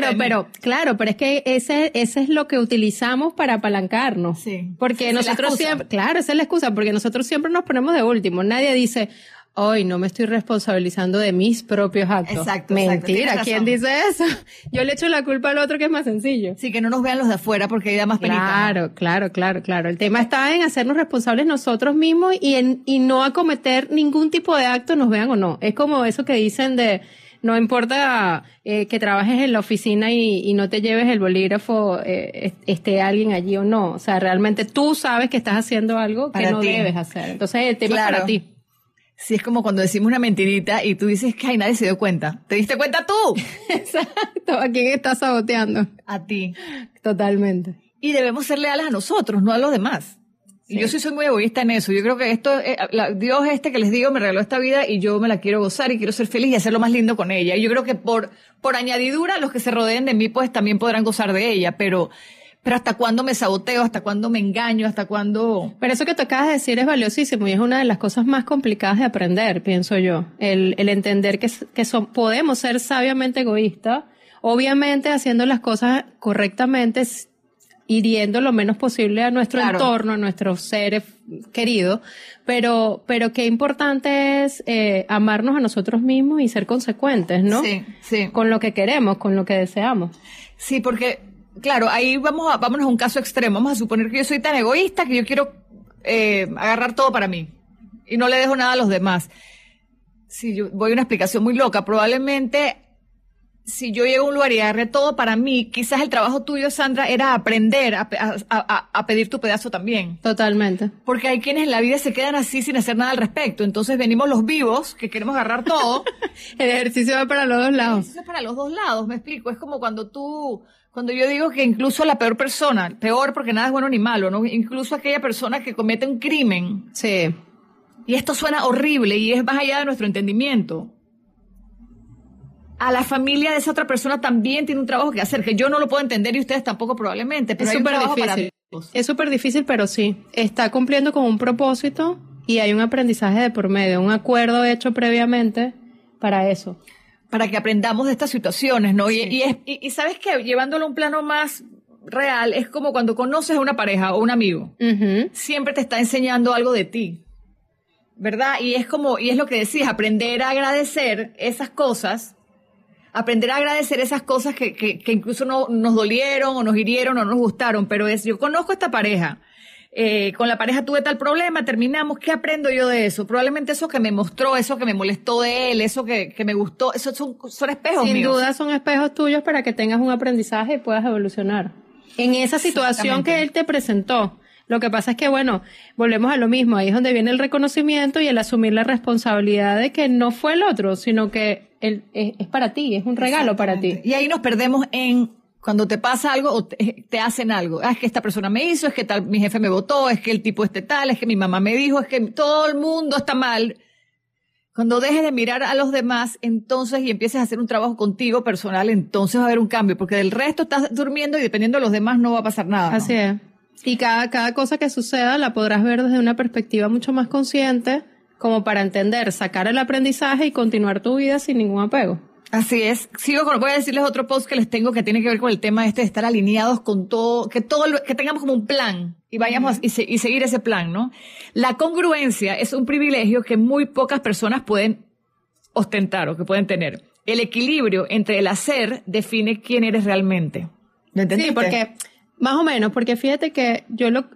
Claro, pero es que ese es lo que utilizamos para apalancarnos. Sí. Porque sí, nosotros siempre, claro, esa es la excusa, porque nosotros siempre nos ponemos de último. Nadie dice, hoy no me estoy responsabilizando de mis propios actos. Exacto. Mentira, ¿quién dice eso? Yo le echo la culpa al otro que es más sencillo. Sí, que no nos vean los de afuera porque ahí da más penita. Claro. El tema está en hacernos responsables nosotros mismos y no acometer ningún tipo de acto, nos vean o no. Es como eso que dicen de, no importa que trabajes en la oficina y no te lleves el bolígrafo, esté alguien allí o no. O sea, realmente tú sabes que estás haciendo algo que no debes hacer. Entonces el tema es para ti. Sí, es como cuando decimos una mentirita y tú dices que ay, nadie se dio cuenta. ¿Te diste cuenta tú? Exacto. ¿A quién estás saboteando? A ti. Totalmente. Y debemos ser leales a nosotros, no a los demás. Sí. Y yo soy muy egoísta en eso. Yo creo que Dios que les digo me regaló esta vida y yo me la quiero gozar y quiero ser feliz y hacer lo más lindo con ella. Y yo creo que por añadidura los que se rodeen de mí pues también podrán gozar de ella, pero ¿hasta cuándo me saboteo? ¿Hasta cuándo me engaño? ¿Hasta cuándo? Pero eso que te acabas de decir es valiosísimo y es una de las cosas más complicadas de aprender, pienso yo. El entender que podemos ser sabiamente egoístas, obviamente haciendo las cosas correctamente, hiriendo lo menos posible a nuestro entorno, a nuestros seres queridos, pero qué importante es amarnos a nosotros mismos y ser consecuentes, ¿no? Sí. Con lo que queremos, con lo que deseamos. Sí, porque claro, ahí vámonos a un caso extremo. Vamos a suponer que yo soy tan egoísta que yo quiero agarrar todo para mí y no le dejo nada a los demás. Si yo voy a una explicación muy loca, probablemente si yo llego a un lugar y agarré todo para mí, quizás el trabajo tuyo, Sandra, era aprender a pedir tu pedazo también. Totalmente. Porque hay quienes en la vida se quedan así sin hacer nada al respecto. Entonces venimos los vivos, que queremos agarrar todo. El ejercicio va para los dos lados. El ejercicio es para los dos lados, me explico. Es como cuando yo digo que incluso la peor persona, peor porque nada es bueno ni malo, ¿no? Incluso aquella persona que comete un crimen. Sí. Y esto suena horrible y es más allá de nuestro entendimiento. A la familia de esa otra persona también tiene un trabajo que hacer, que yo no lo puedo entender y ustedes tampoco probablemente, pero es súper difícil. Es súper difícil, pero sí. Está cumpliendo con un propósito y hay un aprendizaje de por medio, un acuerdo hecho previamente para eso. Para que aprendamos de estas situaciones, ¿no? Sí. Y sabes que llevándolo a un plano más real es como cuando conoces a una pareja o un amigo. Siempre te está enseñando algo de ti, ¿verdad? Y es lo que decías, aprender a agradecer esas cosas, que incluso no nos dolieron o nos hirieron o no nos gustaron, pero yo conozco a esta pareja, con la pareja tuve tal problema, terminamos, ¿qué aprendo yo de eso? Probablemente eso que me mostró, eso que me molestó de él, eso que me gustó, esos son espejos míos. Sin duda son espejos tuyos para que tengas un aprendizaje y puedas evolucionar. En esa situación que él te presentó. Lo que pasa es que, bueno, volvemos a lo mismo. Ahí es donde viene el reconocimiento y el asumir la responsabilidad de que no fue el otro, sino que es para ti, es un regalo para ti. Y ahí nos perdemos en cuando te pasa algo o te hacen algo. Es que esta persona me hizo, es que tal, mi jefe me votó, es que el tipo tal, es que mi mamá me dijo, es que todo el mundo está mal. Cuando dejes de mirar a los demás, entonces, y empieces a hacer un trabajo contigo personal, entonces va a haber un cambio, porque del resto estás durmiendo y dependiendo de los demás no va a pasar nada, ¿no? Así es. Y cada cosa que suceda la podrás ver desde una perspectiva mucho más consciente, como para entender, sacar el aprendizaje y continuar tu vida sin ningún apego. Así es. Voy a decirles otro post que les tengo que tiene que ver con el tema de estar alineados con todo, que tengamos como un plan y vayamos y seguir ese plan, ¿no? La congruencia es un privilegio que muy pocas personas pueden ostentar o que pueden tener. El equilibrio entre el hacer define quién eres realmente. ¿Lo entendiste? Sí, porque, más o menos, porque fíjate que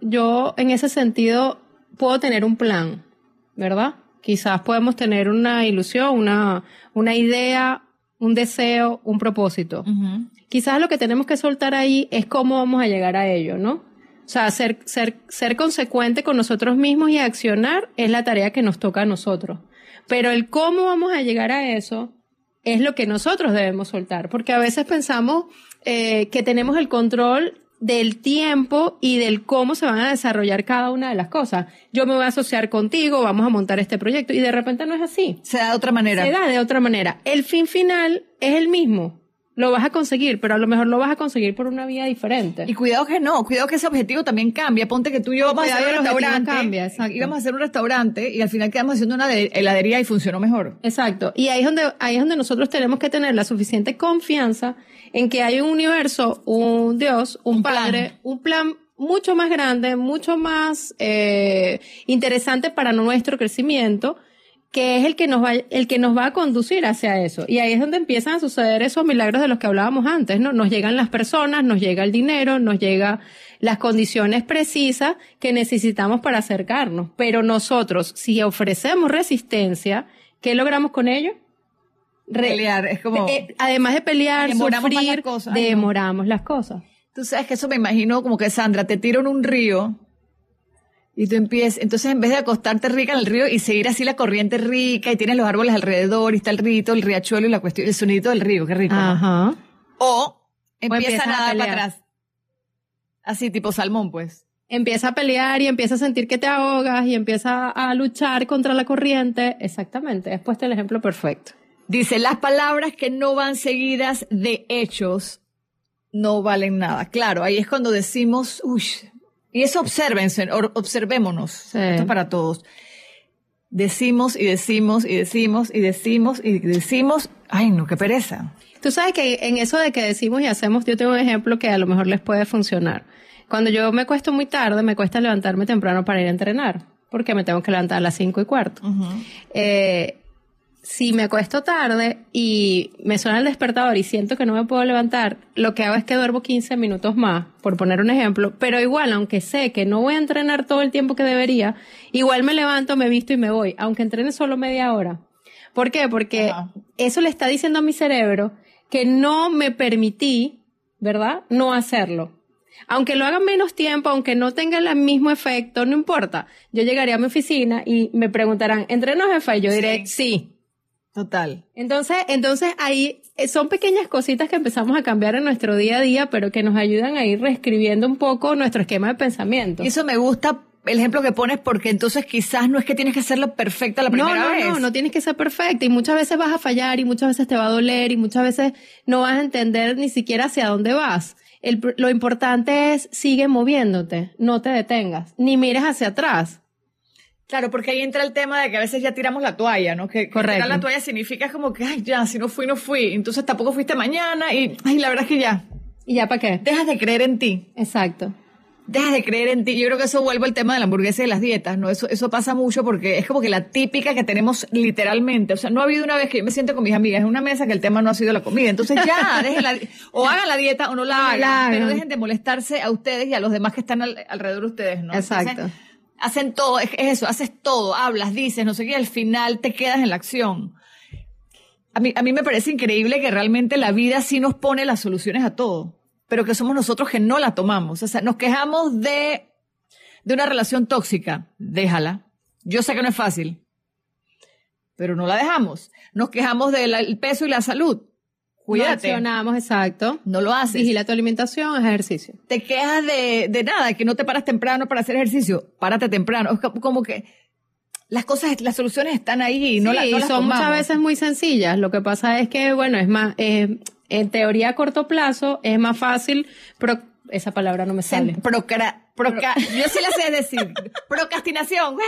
yo en ese sentido puedo tener un plan, ¿verdad? Quizás podemos tener una ilusión, una idea, un deseo, un propósito. Quizás lo que tenemos que soltar ahí es cómo vamos a llegar a ello, ¿no? O sea, ser consecuente con nosotros mismos y accionar es la tarea que nos toca a nosotros. Pero el cómo vamos a llegar a eso es lo que nosotros debemos soltar. Porque a veces pensamos que tenemos el control del tiempo y del cómo se van a desarrollar cada una de las cosas. Yo me voy a asociar contigo, vamos a montar este proyecto, y de repente no es así. Se da de otra manera. Se da de otra manera. El fin final es el mismo. Lo vas a conseguir, pero a lo mejor lo vas a conseguir por una vía diferente. Y cuidado que ese objetivo también cambia. Ponte que tú y yo vamos a hacer un restaurante. Cambia, exacto. Íbamos a hacer un restaurante y al final quedamos haciendo una heladería y funcionó mejor. Exacto. Y ahí es donde nosotros tenemos que tener la suficiente confianza en que hay un universo, un Dios, un Padre, un plan mucho más grande, mucho más interesante para nuestro crecimiento, que es el que nos va a conducir hacia eso. Y ahí es donde empiezan a suceder esos milagros de los que hablábamos antes, ¿no? Nos llegan las personas, nos llega el dinero, nos llegan las condiciones precisas que necesitamos para acercarnos. Pero nosotros, si ofrecemos resistencia, ¿qué logramos con ello? Pelear, es como... además de pelear, demoramos sufrir, las cosas. demoramos las cosas. Tú sabes que eso me imagino como que, Sandra, te tiro en un río y tú empiezas, entonces en vez de acostarte rica en el río y seguir así la corriente rica y tienes los árboles alrededor y está el río, el riachuelo y la cuestión, el sonidito del río, qué rico, ¿no? Ajá. O empieza a nadar para atrás. Así, tipo salmón, pues. Empieza a pelear y empieza a sentir que te ahogas y empieza a luchar contra la corriente. Exactamente, has puesto el ejemplo perfecto. Dice, las palabras que no van seguidas de hechos no valen nada. Claro, ahí es cuando decimos, uy, y eso observémonos. Sí. Esto es para todos. Decimos y decimos y decimos y decimos y decimos, ay no, qué pereza. Tú sabes que en eso de que decimos y hacemos, yo tengo un ejemplo que a lo mejor les puede funcionar. Cuando yo me acuesto muy tarde, me cuesta levantarme temprano para ir a entrenar, porque me tengo que levantar a las 5:15. Si me acuesto tarde y me suena el despertador y siento que no me puedo levantar, lo que hago es que duermo 15 minutos más, por poner un ejemplo, pero igual, aunque sé que no voy a entrenar todo el tiempo que debería, igual me levanto, me visto y me voy, aunque entrene solo media hora. ¿Por qué? Porque eso le está diciendo a mi cerebro que no me permití, ¿verdad?, no hacerlo. Aunque lo haga menos tiempo, aunque no tenga el mismo efecto, no importa. Yo llegaré a mi oficina y me preguntarán, ¿entreno, jefa? Y yo diré, sí. Total. Entonces ahí son pequeñas cositas que empezamos a cambiar en nuestro día a día, pero que nos ayudan a ir reescribiendo un poco nuestro esquema de pensamiento. Y eso me gusta el ejemplo que pones, porque entonces quizás no es que tienes que hacerlo perfecta la primera vez. No tienes que ser perfecta, y muchas veces vas a fallar y muchas veces te va a doler y muchas veces no vas a entender ni siquiera hacia dónde vas. Lo importante es sigue moviéndote, no te detengas, ni mires hacia atrás. Claro, porque ahí entra el tema de que a veces ya tiramos la toalla, ¿no? Que tirar la toalla significa como que, ay, ya, si no fui, no fui. Entonces tampoco fuiste mañana y, ay, la verdad es que ya. ¿Y ya para qué? Dejas de creer en ti. Exacto. Dejas de creer en ti. Yo creo que eso vuelve al tema de la hamburguesa y de las dietas, ¿no? Eso pasa mucho porque es como que la típica que tenemos literalmente. O sea, no ha habido una vez que yo me siento con mis amigas en una mesa que el tema no ha sido la comida. Entonces ya, o hagan la dieta o no la hagan. Pero dejen de molestarse a ustedes y a los demás que están alrededor de ustedes, ¿no? Exacto. Entonces, hacen todo, es eso, haces todo, hablas, dices, no sé qué, y al final te quedas en la acción. A mí me parece increíble que realmente la vida sí nos pone las soluciones a todo, pero que somos nosotros que no la tomamos. O sea, nos quejamos de una relación tóxica. Déjala. Yo sé que no es fácil, pero no la dejamos. Nos quejamos del peso y la salud. Cuídate. No accionamos, exacto. No lo haces. Vigila tu alimentación, haz ejercicio. Te quejas de nada, que no te paras temprano para hacer ejercicio. Párate temprano. Es como que las soluciones están ahí y no las son tomamos. Muchas veces muy sencillas. Lo que pasa es que, bueno, es más, en teoría a corto plazo es más fácil, esa palabra no me sale. Yo sí la sé decir. Procrastinación.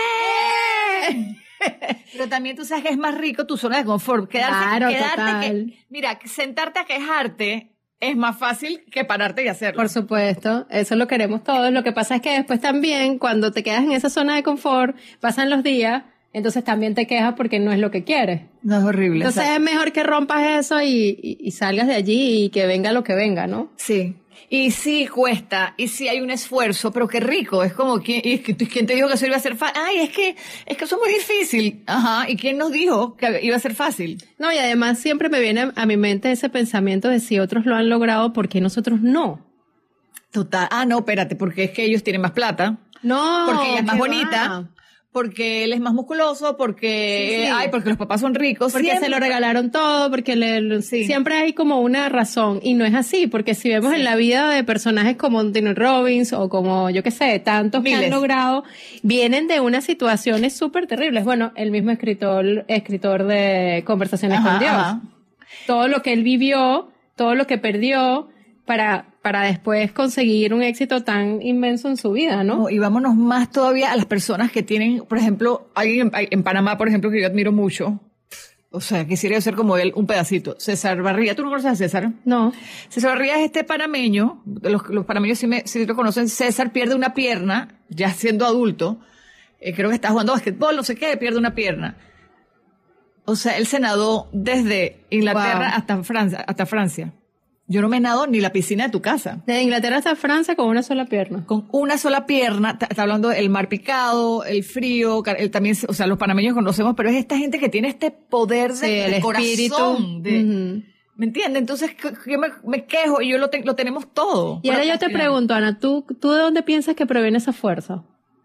Pero también tú sabes que es más rico tu zona de confort. Quedarte total. Mira, sentarte a quejarte es más fácil que pararte y hacerlo. Por supuesto, eso lo queremos todos. Lo que pasa es que después también, cuando te quedas en esa zona de confort, pasan los días, entonces también te quejas porque no es lo que quieres. No, es horrible. Entonces es mejor que rompas eso y salgas de allí y que venga lo que venga, ¿no? Sí. Y sí cuesta, y sí hay un esfuerzo, pero qué rico. Es como, ¿quién te dijo que eso iba a ser fácil? Ay, es que eso es muy difícil. Ajá, ¿y quién nos dijo que iba a ser fácil? No, y además siempre me viene a mi mente ese pensamiento de si otros lo han logrado, ¿por qué nosotros no? Total. Ah, no, espérate, porque es que ellos tienen más plata. No, porque ella es más bonita. Porque él es más musculoso, porque porque los papás son ricos, porque siempre se lo regalaron todo, porque siempre hay como una razón, y no es así, porque si vemos en la vida de personajes como Tony Robbins o como, yo qué sé, tantos que han logrado, vienen de unas situaciones súper terribles. Bueno, el mismo escritor de Conversaciones con Dios. Ajá. Todo lo que él vivió, todo lo que perdió para después conseguir un éxito tan inmenso en su vida, ¿no? Y vámonos más todavía a las personas que tienen, por ejemplo, alguien en Panamá, por ejemplo, que yo admiro mucho. O sea, quisiera yo ser como él, un pedacito. César Barriga. ¿Tú no conoces a César? No. César Barriga es este panameño. Los panameños sí lo conocen. César pierde una pierna, ya siendo adulto. Creo que está jugando básquetbol, no sé qué, pierde una pierna. O sea, él se nadó desde Inglaterra hasta Francia. Yo no me nado ni la piscina de tu casa. De Inglaterra hasta Francia con una sola pierna. Con una sola pierna. Está hablando del mar picado, el frío, también, o sea, los panameños conocemos, pero es esta gente que tiene este poder de corazón. ¿Me entiendes? Entonces, yo me quejo y yo lo tenemos todo. Y ahora yo te pregunto, Ana, ¿tú de dónde piensas que proviene esa fuerza?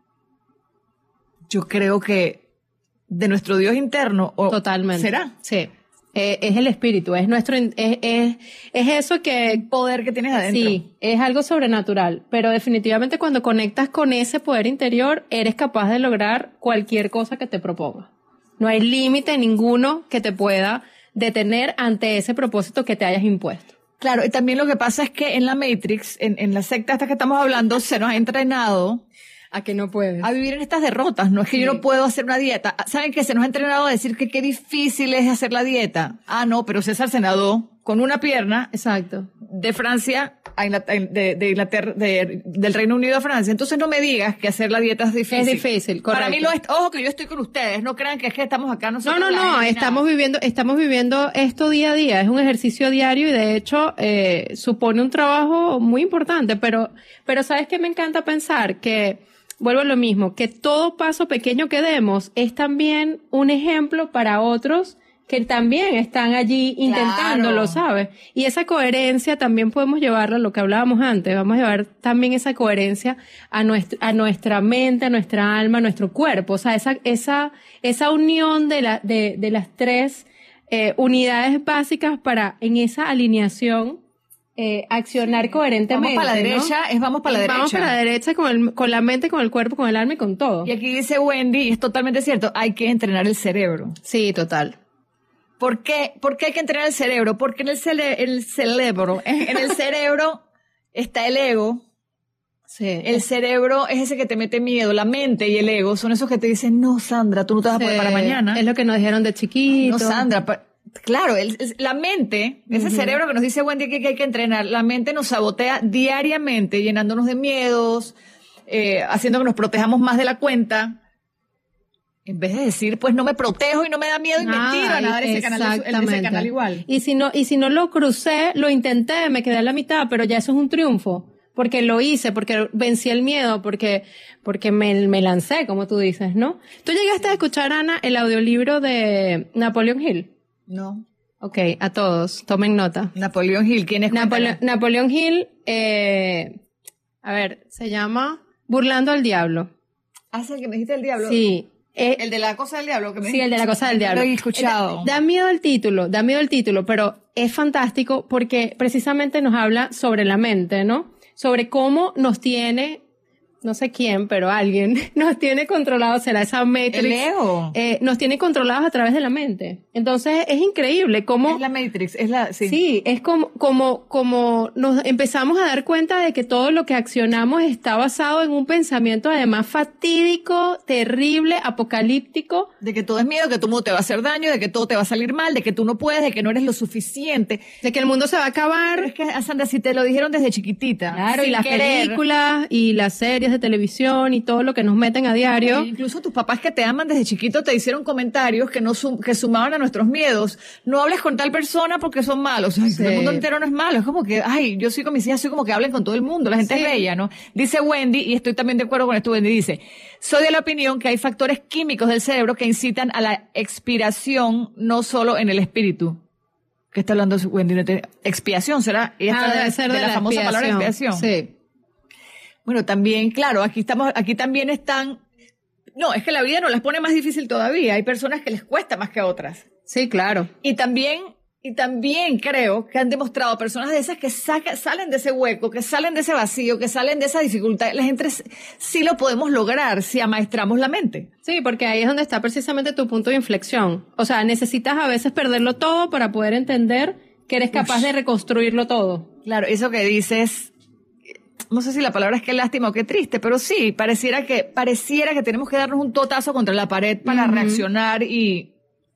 Yo creo que de nuestro Dios interno. Totalmente. ¿Será? Sí. Es el espíritu, es eso que... poder que tienes adentro. Sí, es algo sobrenatural, pero definitivamente cuando conectas con ese poder interior, eres capaz de lograr cualquier cosa que te propongas. No hay límite ninguno que te pueda detener ante ese propósito que te hayas impuesto. Claro, y también lo que pasa es que en la Matrix, en la secta esta que estamos hablando, se nos ha entrenado a que no puedes. A vivir en estas derrotas. No es que yo no puedo hacer una dieta. ¿Saben que se nos ha entrenado a decir que qué difícil es hacer la dieta? Ah, no, pero César se nadó con una pierna. Exacto. De Francia a de Inglaterra, del Reino Unido a Francia. Entonces no me digas que hacer la dieta es difícil. Es difícil, correcto. Para mí ojo que yo estoy con ustedes. No crean que es que estamos acá nosotros. No. Estamos viviendo esto día a día. Es un ejercicio diario y de hecho, supone un trabajo muy importante. Pero ¿sabes qué me encanta pensar? Que vuelvo a lo mismo, que todo paso pequeño que demos es también un ejemplo para otros que también están allí intentándolo, claro. ¿Sabes? Y esa coherencia también podemos llevarla a lo que hablábamos antes. Vamos a llevar también esa coherencia a nuestra mente, a nuestra alma, a nuestro cuerpo. O sea, esa unión de las tres unidades básicas para en esa alineación accionar coherentemente. Vamos para la derecha, ¿no? Vamos para la derecha. Vamos para la derecha con la mente, con el cuerpo, con el alma y con todo. Y aquí dice Wendy, y es totalmente cierto, hay que entrenar el cerebro. Sí, total. ¿Por qué hay que entrenar el cerebro? Porque en el cerebro está el ego. Sí. El cerebro es ese que te mete miedo, la mente y el ego son esos que te dicen, no, Sandra, tú no te vas a poder para mañana. Es lo que nos dijeron de chiquito. No, Sandra, Claro, la mente, ese cerebro que nos dice Wendy que hay que entrenar, la mente nos sabotea diariamente, llenándonos de miedos, haciendo que nos protejamos más de la cuenta. En vez de decir, pues no me protejo y no me da miedo y me tiro a nadar ese canal igual. Y si no lo crucé, lo intenté, me quedé a la mitad, pero ya eso es un triunfo. Porque lo hice, porque vencí el miedo, porque me lancé, como tú dices, ¿no? ¿Tú llegaste a escuchar, Ana, el audiolibro de Napoleon Hill? No. Ok, a todos, tomen nota. Napoleon Hill, ¿quién es? Napoleon Hill, a ver, se llama Burlando al Diablo. Ah, ¿es el que me dijiste el diablo? Sí. El de la cosa del diablo. Sí, el de la cosa del diablo. Lo he escuchado. Da miedo el título, pero es fantástico porque precisamente nos habla sobre la mente, ¿no? Sobre cómo nos tiene, no sé quién, pero alguien nos tiene controlados, será esa Matrix. El ego. Nos tiene controlados a través de la mente. Entonces es increíble cómo... Es la Matrix, sí. Sí, es como nos empezamos a dar cuenta de que todo lo que accionamos está basado en un pensamiento además fatídico, terrible, apocalíptico. De que todo es miedo, que todo te va a hacer daño, de que todo te va a salir mal, de que tú no puedes, de que no eres lo suficiente. De que el mundo se va a acabar. Pero es que, Sandra, si te lo dijeron desde chiquitita. Claro, y las películas y las series de televisión y todo lo que nos meten a diario. E incluso tus papás que te aman desde chiquito te hicieron comentarios que sumaban a nuestros miedos. No hables con tal persona porque son malos. Ay, sí. El mundo entero no es malo. Es como que, yo soy con mis hijas, soy como que hablen con todo el mundo. La gente es bella, ¿no? Dice Wendy, y estoy también de acuerdo con esto, Wendy dice, soy de la opinión que hay factores químicos del cerebro que incitan a la expiración, no solo en el espíritu. ¿Qué está hablando Wendy? Expiación, ¿será? Debe ser de la famosa palabra expiación. Sí. Bueno, también, claro, aquí también están, no, es que la vida nos las pone más difícil todavía. Hay personas que les cuesta más que a otras. Sí, claro. Y también creo que han demostrado personas de esas que salen de ese hueco, que salen de ese vacío, que salen de esa dificultad. La gente sí lo podemos lograr si amaestramos la mente. Sí, porque ahí es donde está precisamente tu punto de inflexión. O sea, necesitas a veces perderlo todo para poder entender que eres capaz de reconstruirlo todo. Claro, eso que dices, no sé si la palabra es que lástima o qué triste, pero sí, pareciera que tenemos que darnos un totazo contra la pared para reaccionar y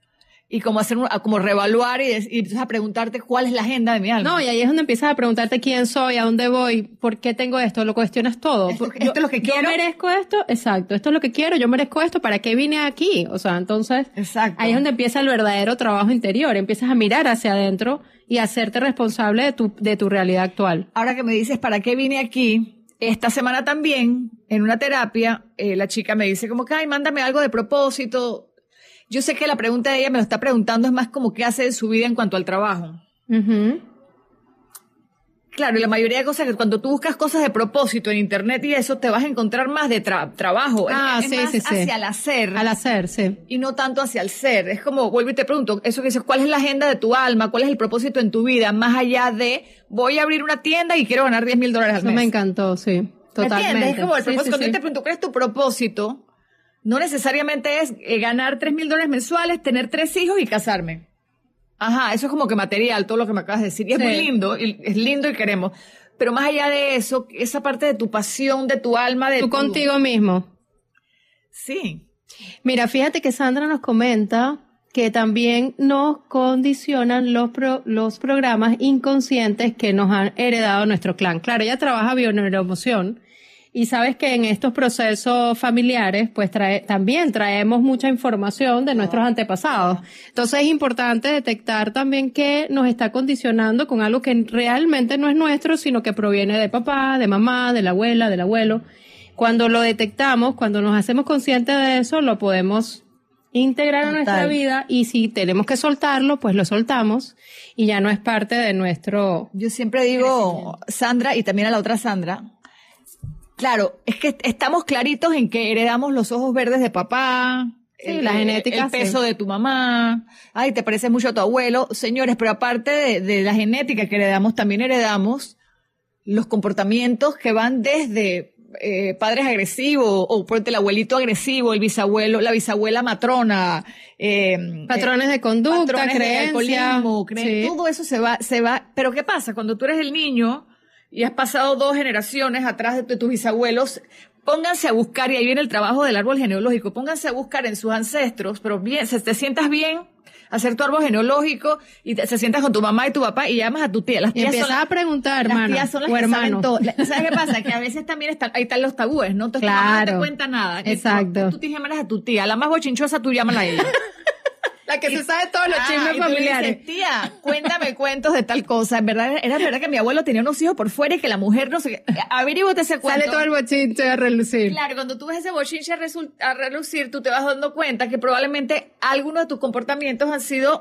como reevaluar y empiezas a preguntarte cuál es la agenda de mi alma. No, y ahí es donde empiezas a preguntarte quién soy, a dónde voy, por qué tengo esto, lo cuestionas todo. Esto es lo que quiero. Yo merezco esto, exacto, esto es lo que quiero, yo merezco esto, ¿para qué vine aquí? O sea, entonces, exacto. Ahí es donde empieza el verdadero trabajo interior, empiezas a mirar hacia adentro y a hacerte responsable de tu realidad actual. Ahora que me dices, ¿para qué vine aquí? Esta semana también, en una terapia, la chica me dice como que, mándame algo de propósito. Yo sé que la pregunta de ella me lo está preguntando es más como qué hace de su vida en cuanto al trabajo. Uh-huh. Claro, y la mayoría de cosas que cuando tú buscas cosas de propósito en internet y eso, te vas a encontrar más de trabajo. Es más hacia el hacer. Al hacer, sí. Y no tanto hacia el ser. Es como, vuelvo y te pregunto, eso que dices, ¿cuál es la agenda de tu alma? ¿Cuál es el propósito en tu vida? Más allá de, voy a abrir una tienda y quiero ganar $10,000 al mes. Eso me encantó, sí. Totalmente. ¿Entiendes? Es como el propósito. Cuando yo te pregunto, ¿cuál es tu propósito? No necesariamente es ganar $3,000 mensuales, tener 3 hijos y casarme. Ajá, eso es como que material, todo lo que me acabas de decir. Y es muy lindo, es lindo y queremos. Pero más allá de eso, esa parte de tu pasión, de tu alma, de tú contigo mismo. Sí. Mira, fíjate que Sandra nos comenta que también nos condicionan los programas inconscientes que nos han heredado nuestro clan. Claro, ella trabaja bioneuroemoción. Y sabes que en estos procesos familiares, pues también traemos mucha información de nuestros antepasados. Entonces es importante detectar también que nos está condicionando con algo que realmente no es nuestro, sino que proviene de papá, de mamá, de la abuela, del abuelo. Cuando lo detectamos, cuando nos hacemos conscientes de eso, lo podemos integrar a nuestra vida y si tenemos que soltarlo, pues lo soltamos y ya no es parte de nuestro... Yo siempre digo, Sandra, y también a la otra Sandra, claro, es que estamos claritos en que heredamos los ojos verdes de papá, la genética, el peso de tu mamá, te parece mucho a tu abuelo. Señores, pero aparte de la genética que heredamos, también heredamos los comportamientos que van desde padres agresivos, o por el abuelito agresivo, el bisabuelo, la bisabuela matrona, patrones de conducta, creencias, todo eso se va. Pero ¿qué pasa? Cuando tú eres el niño y has pasado 2 generaciones atrás de tus bisabuelos, pónganse a buscar, y ahí viene el trabajo del árbol genealógico, pónganse a buscar en sus ancestros, pero bien, te sientas bien, hacer tu árbol genealógico, y se sientas con tu mamá y tu papá, y llamas a tu tía. Las Y tías empiezas a preguntar, hermano, las tías son las o que hermano. saben todo. ¿Sabes qué pasa? Que a veces también ahí están los tabúes, ¿no? Entonces tu mamá no te cuenta nada. Exacto. Tú te llamas a tu tía, la más bochinchosa, tú llámala a ella. La que se sabe todos los chismes y tú le familiares. dices, tía, cuéntame cuentos de tal cosa. En verdad, era verdad que mi abuelo tenía unos hijos por fuera y que la mujer no sé qué. Averígote ese cuento. Sale todo el bochinche a relucir. Claro, cuando tú ves ese bochinche a relucir, tú te vas dando cuenta que probablemente algunos de tus comportamientos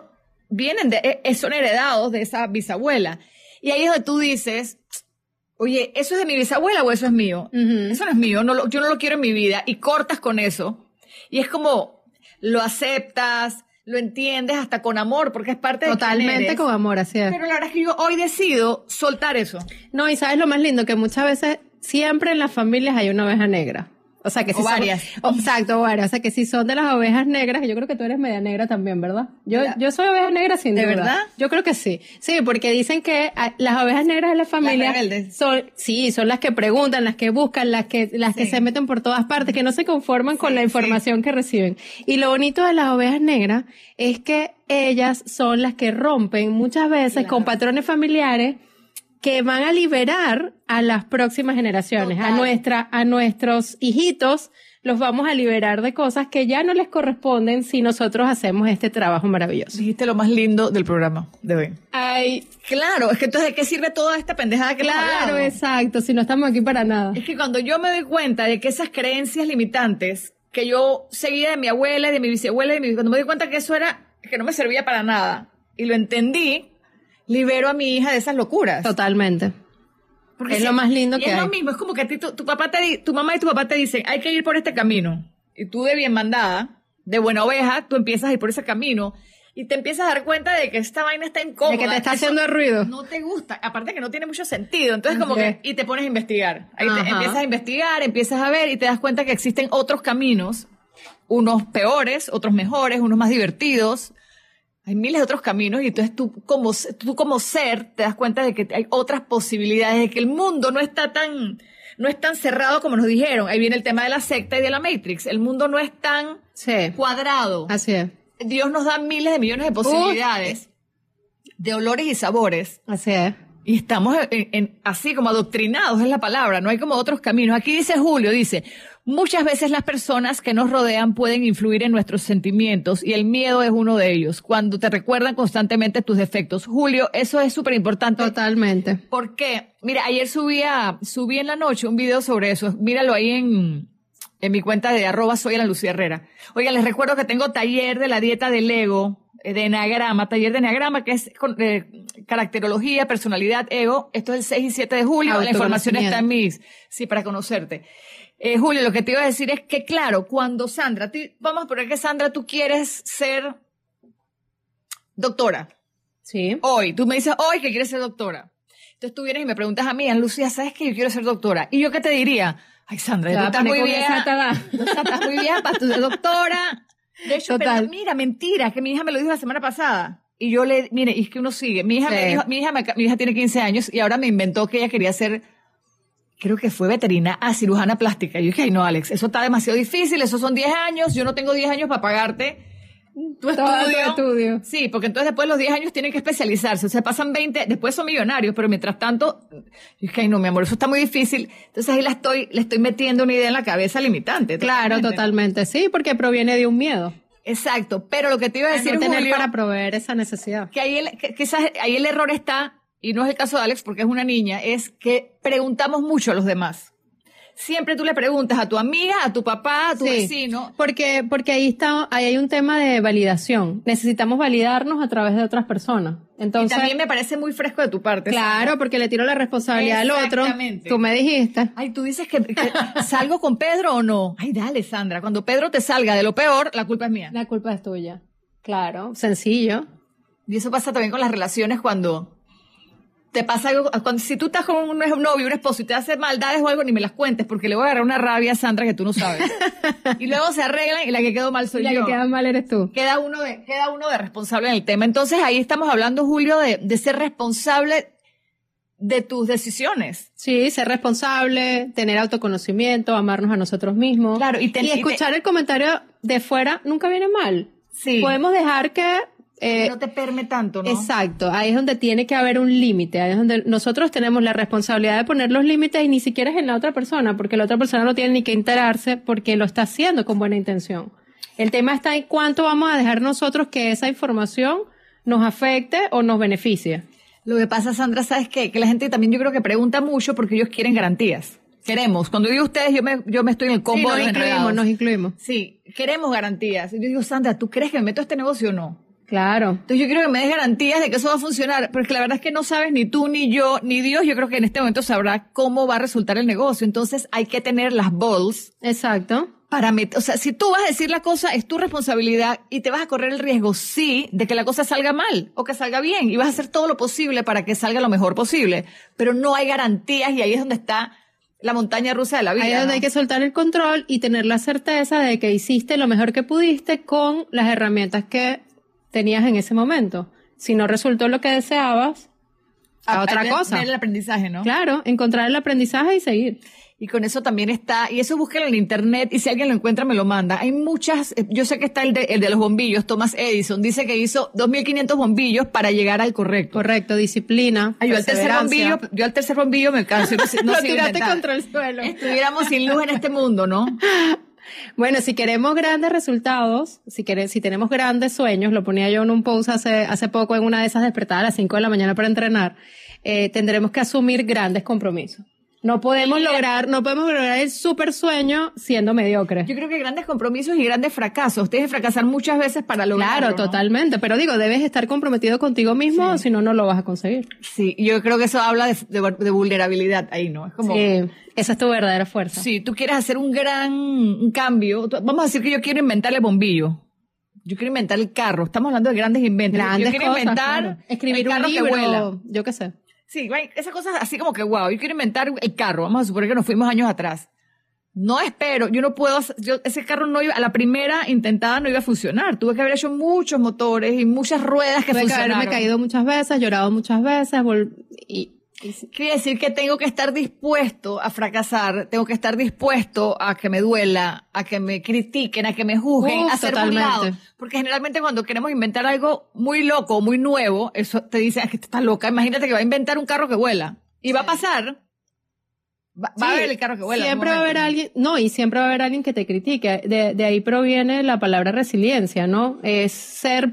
son heredados de esa bisabuela. Y ahí es donde tú dices, oye, ¿eso es de mi bisabuela o eso es mío? Eso no es mío, yo no lo quiero en mi vida. Y cortas con eso. Y es como, lo aceptas, lo entiendes hasta con amor, porque es parte de Totalmente con amor, así es. Pero la verdad es que yo hoy decido soltar eso. No, y sabes lo más lindo, que muchas veces, siempre en las familias hay una oveja negra. O sea, que si varias. Exacto, varias. O sea, que si son de las ovejas negras, yo creo que tú eres media negra también, ¿verdad? Yo soy oveja negra sin duda. ¿De verdad? Yo creo que sí. Sí, porque dicen que las ovejas negras de la familia son las que preguntan, las que buscan, las que se meten por todas partes, que no se conforman con la información que reciben. Y lo bonito de las ovejas negras es que ellas son las que rompen muchas veces con patrones familiares que van a liberar a las próximas generaciones, a nuestros hijitos, los vamos a liberar de cosas que ya no les corresponden si nosotros hacemos este trabajo maravilloso. Dijiste lo más lindo del programa de hoy. Ay, claro, es que entonces, ¿de qué sirve toda esta pendejada que hemos hablado? claro, exacto, si no estamos aquí para nada. Es que cuando yo me doy cuenta de que esas creencias limitantes que yo seguía de mi abuela y de mi bisabuela, cuando me doy cuenta que eso que no me servía para nada, y lo entendí, libero a mi hija de esas locuras. Totalmente. Porque es lo más lindo que hay. Es lo mismo, es como que a ti tu mamá y tu papá te dicen, hay que ir por este camino. Y tú de bien mandada, de buena oveja, tú empiezas a ir por ese camino y te empiezas a dar cuenta de que esta vaina está incómoda. De que te está haciendo ruido. No te gusta. Aparte que no tiene mucho sentido. Entonces como que, y te pones a investigar. Ahí empiezas a investigar, empiezas a ver y te das cuenta que existen otros caminos, unos peores, otros mejores, unos más divertidos. Hay miles de otros caminos y entonces tú como ser te das cuenta de que hay otras posibilidades, de que el mundo no es tan cerrado como nos dijeron. Ahí viene el tema de la secta y de la Matrix. El mundo no es tan cuadrado. Así es. Dios nos da miles de millones de posibilidades de olores y sabores. Así es. Y estamos así como adoctrinados, es la palabra, no hay como otros caminos. Aquí dice Julio, muchas veces las personas que nos rodean pueden influir en nuestros sentimientos y el miedo es uno de ellos, cuando te recuerdan constantemente tus defectos. Julio, eso es súper importante. Totalmente. Porque, mira, ayer subí en la noche un video sobre eso, míralo ahí en mi cuenta de @soyanaluciaherrera. Oigan, les recuerdo que tengo taller de la dieta del ego, de Enneagrama, taller de Enneagrama, que es caracterología, personalidad, ego. Esto es el 6 y 7 de julio. La información está en para conocerte. Julio, lo que te iba a decir es que, claro, cuando Sandra, vamos a poner que Sandra, tú quieres ser doctora. Sí. Hoy, tú me dices hoy que quieres ser doctora. Entonces tú vienes y me preguntas a mí, Lucía, ¿sabes que yo quiero ser doctora? ¿Y yo qué te diría? Ay, Sandra, tú estás muy vieja. Estás muy vieja para ser doctora. De hecho, pero mira, mentira, que mi hija me lo dijo la semana pasada. Y yo mire, y es que uno sigue. Mi hija me dijo, mi hija tiene 15 años y ahora me inventó que ella quería ser, creo que fue cirujana plástica. Y yo dije, ay no, Alex, eso está demasiado difícil, esos son 10 años, yo no tengo 10 años para pagarte tu estudio. Sí, porque entonces después de los 10 años tienen que especializarse. O sea, pasan 20, después son millonarios, pero mientras tanto, yo dije, ay no, mi amor, eso está muy difícil. Entonces ahí le estoy metiendo una idea en la cabeza limitante. Claro, totalmente. Sí, porque proviene de un miedo. Exacto, pero lo que te iba a decir, no tener Julio, para proveer esa necesidad. Que quizás ahí el error está, y no es el caso de Alex porque es una niña, es que preguntamos mucho a los demás. Siempre tú le preguntas a tu amiga, a tu papá, a tu vecino. Porque ahí hay un tema de validación. Necesitamos validarnos a través de otras personas. Entonces, y también me parece muy fresco de tu parte. Claro, Sandra, porque le tiro la responsabilidad al otro. Tú me dijiste. Ay, tú dices que ¿salgo con Pedro o no? Ay, dale, Sandra. Cuando Pedro te salga de lo peor, la culpa es mía. La culpa es tuya. Claro, sencillo. Y eso pasa también con las relaciones cuando te pasa algo, si tú estás con un novio, un esposo y te hace maldades o algo, ni me las cuentes porque le voy a agarrar una rabia a Sandra que tú no sabes. Y luego se arreglan y la que quedó mal soy yo. La que queda mal eres tú. Queda uno de responsable en el tema. Entonces ahí estamos hablando, Julio, de ser responsable de tus decisiones. Sí, ser responsable, tener autoconocimiento, amarnos a nosotros mismos. Claro, y escuchar el comentario de fuera nunca viene mal. Sí. Podemos dejar que no te perme tanto, ¿no? Exacto, ahí es donde tiene que haber un límite, ahí es donde nosotros tenemos la responsabilidad de poner los límites y ni siquiera es en la otra persona, porque la otra persona no tiene ni que enterarse porque lo está haciendo con buena intención. El tema está en cuánto vamos a dejar nosotros que esa información nos afecte o nos beneficie. Lo que pasa, Sandra, ¿sabes qué? Que la gente también yo creo que pregunta mucho porque ellos quieren garantías. Queremos. Cuando digo ustedes, yo me estoy en el combo de los enredados. Nos incluimos. Sí, queremos garantías. Y yo digo, Sandra, ¿tú crees que me meto a este negocio o no? Claro. Entonces yo quiero que me des garantías de que eso va a funcionar, porque la verdad es que no sabes ni tú, ni yo, ni Dios, yo creo que en este momento sabrá cómo va a resultar el negocio. Entonces hay que tener las balls. Exacto. Para meter, o sea, si tú vas a decir la cosa, es tu responsabilidad y te vas a correr el riesgo, sí, de que la cosa salga mal o que salga bien y vas a hacer todo lo posible para que salga lo mejor posible. Pero no hay garantías y ahí es donde está la montaña rusa de la vida. Ahí es donde hay que soltar el control y tener la certeza de que hiciste lo mejor que pudiste con las herramientas que tenías en ese momento. Si no resultó lo que deseabas, a otra cosa. Ver el aprendizaje, ¿no? Claro, encontrar el aprendizaje y seguir. Y con eso también está, y eso búsquelo en internet, y si alguien lo encuentra me lo manda. Hay muchas, yo sé que está el de los bombillos, Thomas Edison, dice que hizo 2.500 bombillos para llegar al correcto. Correcto, disciplina, yo al tercer bombillo me canso. No lo tiraste contra el suelo. Estuviéramos sin luz en este mundo, ¿no? Bueno, si queremos grandes resultados, si tenemos grandes sueños, lo ponía yo en un post hace poco en una de esas despertadas a las 5 de la mañana para entrenar, tendremos que asumir grandes compromisos. No podemos lograr el super sueño siendo mediocres. Yo creo que grandes compromisos y grandes fracasos. Tienes que fracasar muchas veces para lograrlo. Claro, totalmente. Pero digo, debes estar comprometido contigo mismo, sí. Si no, no lo vas a conseguir. Sí, yo creo que eso habla de vulnerabilidad ahí, ¿no? Es como, sí, esa es tu verdadera fuerza. Sí, tú quieres hacer un cambio. Vamos a decir que yo quiero inventar el bombillo. Yo quiero inventar el carro. Estamos hablando de grandes inventos. Grandes yo quiero cosas, inventar claro. Escribir el carro un libro, que vuela. Yo qué sé. Sí, esas cosas así como que wow, yo quiero inventar el carro, vamos a suponer que nos fuimos años atrás. No espero, yo no puedo, ese carro no iba, a la primera intentada no iba a funcionar. Tuve que haber hecho muchos motores y muchas ruedas que funcionaron. Tuve que haberme caído muchas veces, llorado muchas veces, Quiere decir que tengo que estar dispuesto a fracasar, tengo que estar dispuesto a que me duela, a que me critiquen, a que me juzguen, a ser burlado. Porque generalmente cuando queremos inventar algo muy loco, muy nuevo, eso te dicen, es que estás loca, imagínate que va a inventar un carro que vuela. Y va a pasar, va a haber el carro que vuela. Siempre va a haber alguien, y siempre va a haber alguien que te critique. De ahí proviene la palabra resiliencia, ¿no? Es ser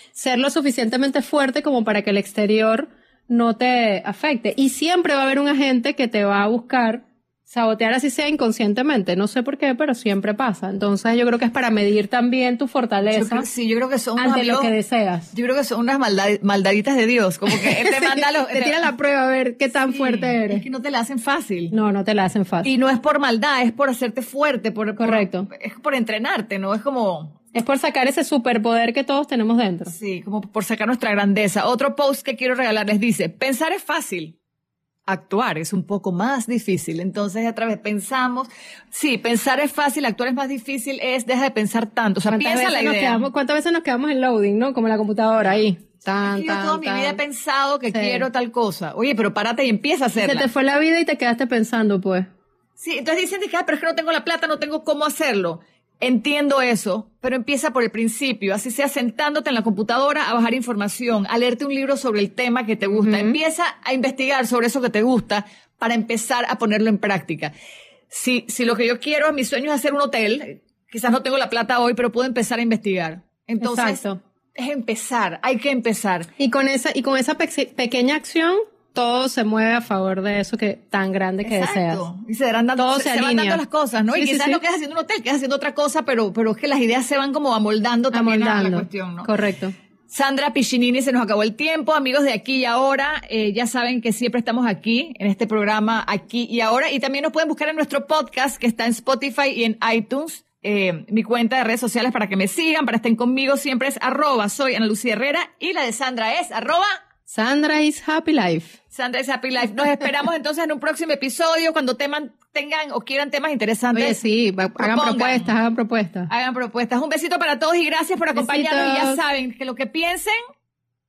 lo suficientemente fuerte como para que el exterior no te afecte. Y siempre va a haber un agente que te va a buscar sabotear, así sea inconscientemente. No sé por qué, pero siempre pasa. Entonces yo creo que es para medir también tu fortaleza. Yo creo que son ante lo que deseas. Yo creo que son unas maldaditas de Dios. Como que él te manda te tira la prueba a ver qué tan fuerte eres. Es que no te la hacen fácil. No te la hacen fácil. Y no es por maldad, es por hacerte fuerte. Correcto. Es por entrenarte, ¿no? Es como... Es por sacar ese superpoder que todos tenemos dentro. Sí, como por sacar nuestra grandeza. Otro post que quiero regalarles dice, pensar es fácil, actuar es un poco más difícil. Entonces, otra vez pensamos, sí, pensar es fácil, actuar es más difícil, deja de pensar tanto. O sea, piensa la idea. ¿Cuántas veces nos quedamos en loading, no? Como en la computadora ahí. Yo toda mi vida he pensado que quiero tal cosa. Oye, pero párate y empieza a hacerla. Se te fue la vida y te quedaste pensando, pues. Sí, entonces dicen que, pero es que no tengo la plata, no tengo cómo hacerlo. Entiendo eso, pero empieza por el principio, así sea sentándote en la computadora a bajar información, a leerte un libro sobre el tema que te gusta. Empieza a investigar sobre eso que te gusta para empezar a ponerlo en práctica. Si lo que yo quiero, mi sueño es hacer un hotel, quizás no tengo la plata hoy, pero puedo empezar a investigar. Entonces, exacto. Es empezar, hay que empezar. Y con esa pequeña acción, todo se mueve a favor de eso tan grande que deseas. Y se van dando las cosas, ¿no? Sí, y quizás no quedas haciendo un hotel, quedas haciendo otra cosa, pero es que las ideas se van como amoldando también a la cuestión, ¿no? Correcto. Sandra Piccinini, se nos acabó el tiempo. Amigos de Aquí y Ahora, ya saben que siempre estamos aquí, en este programa Aquí y Ahora. Y también nos pueden buscar en nuestro podcast, que está en Spotify y en iTunes. Mi cuenta de redes sociales para que me sigan, para estén conmigo, siempre es @soy Ana Lucía Herrera, y la de Sandra es Sandra is Happy Life. Sandra is Happy Life. Nos esperamos entonces en un próximo episodio cuando tengan o quieran temas interesantes. Oye, sí, hagan propuestas. Hagan propuestas. Un besito para todos y gracias por acompañarnos. Y ya saben que lo que piensen,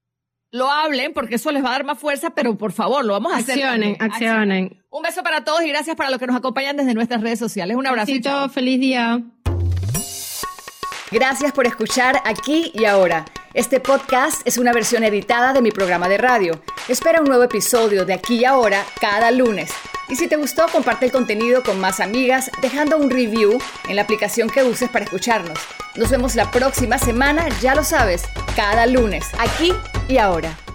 lo hablen, porque eso les va a dar más fuerza, pero por favor, lo vamos a hacer. Accionen. Un beso para todos y gracias para los que nos acompañan desde nuestras redes sociales. Un abrazo. Besito, feliz día. Gracias por escuchar Aquí y Ahora. Este podcast es una versión editada de mi programa de radio. Espera un nuevo episodio de Aquí y Ahora cada lunes. Y si te gustó, comparte el contenido con más amigas, dejando un review en la aplicación que uses para escucharnos. Nos vemos la próxima semana, ya lo sabes, cada lunes, Aquí y Ahora.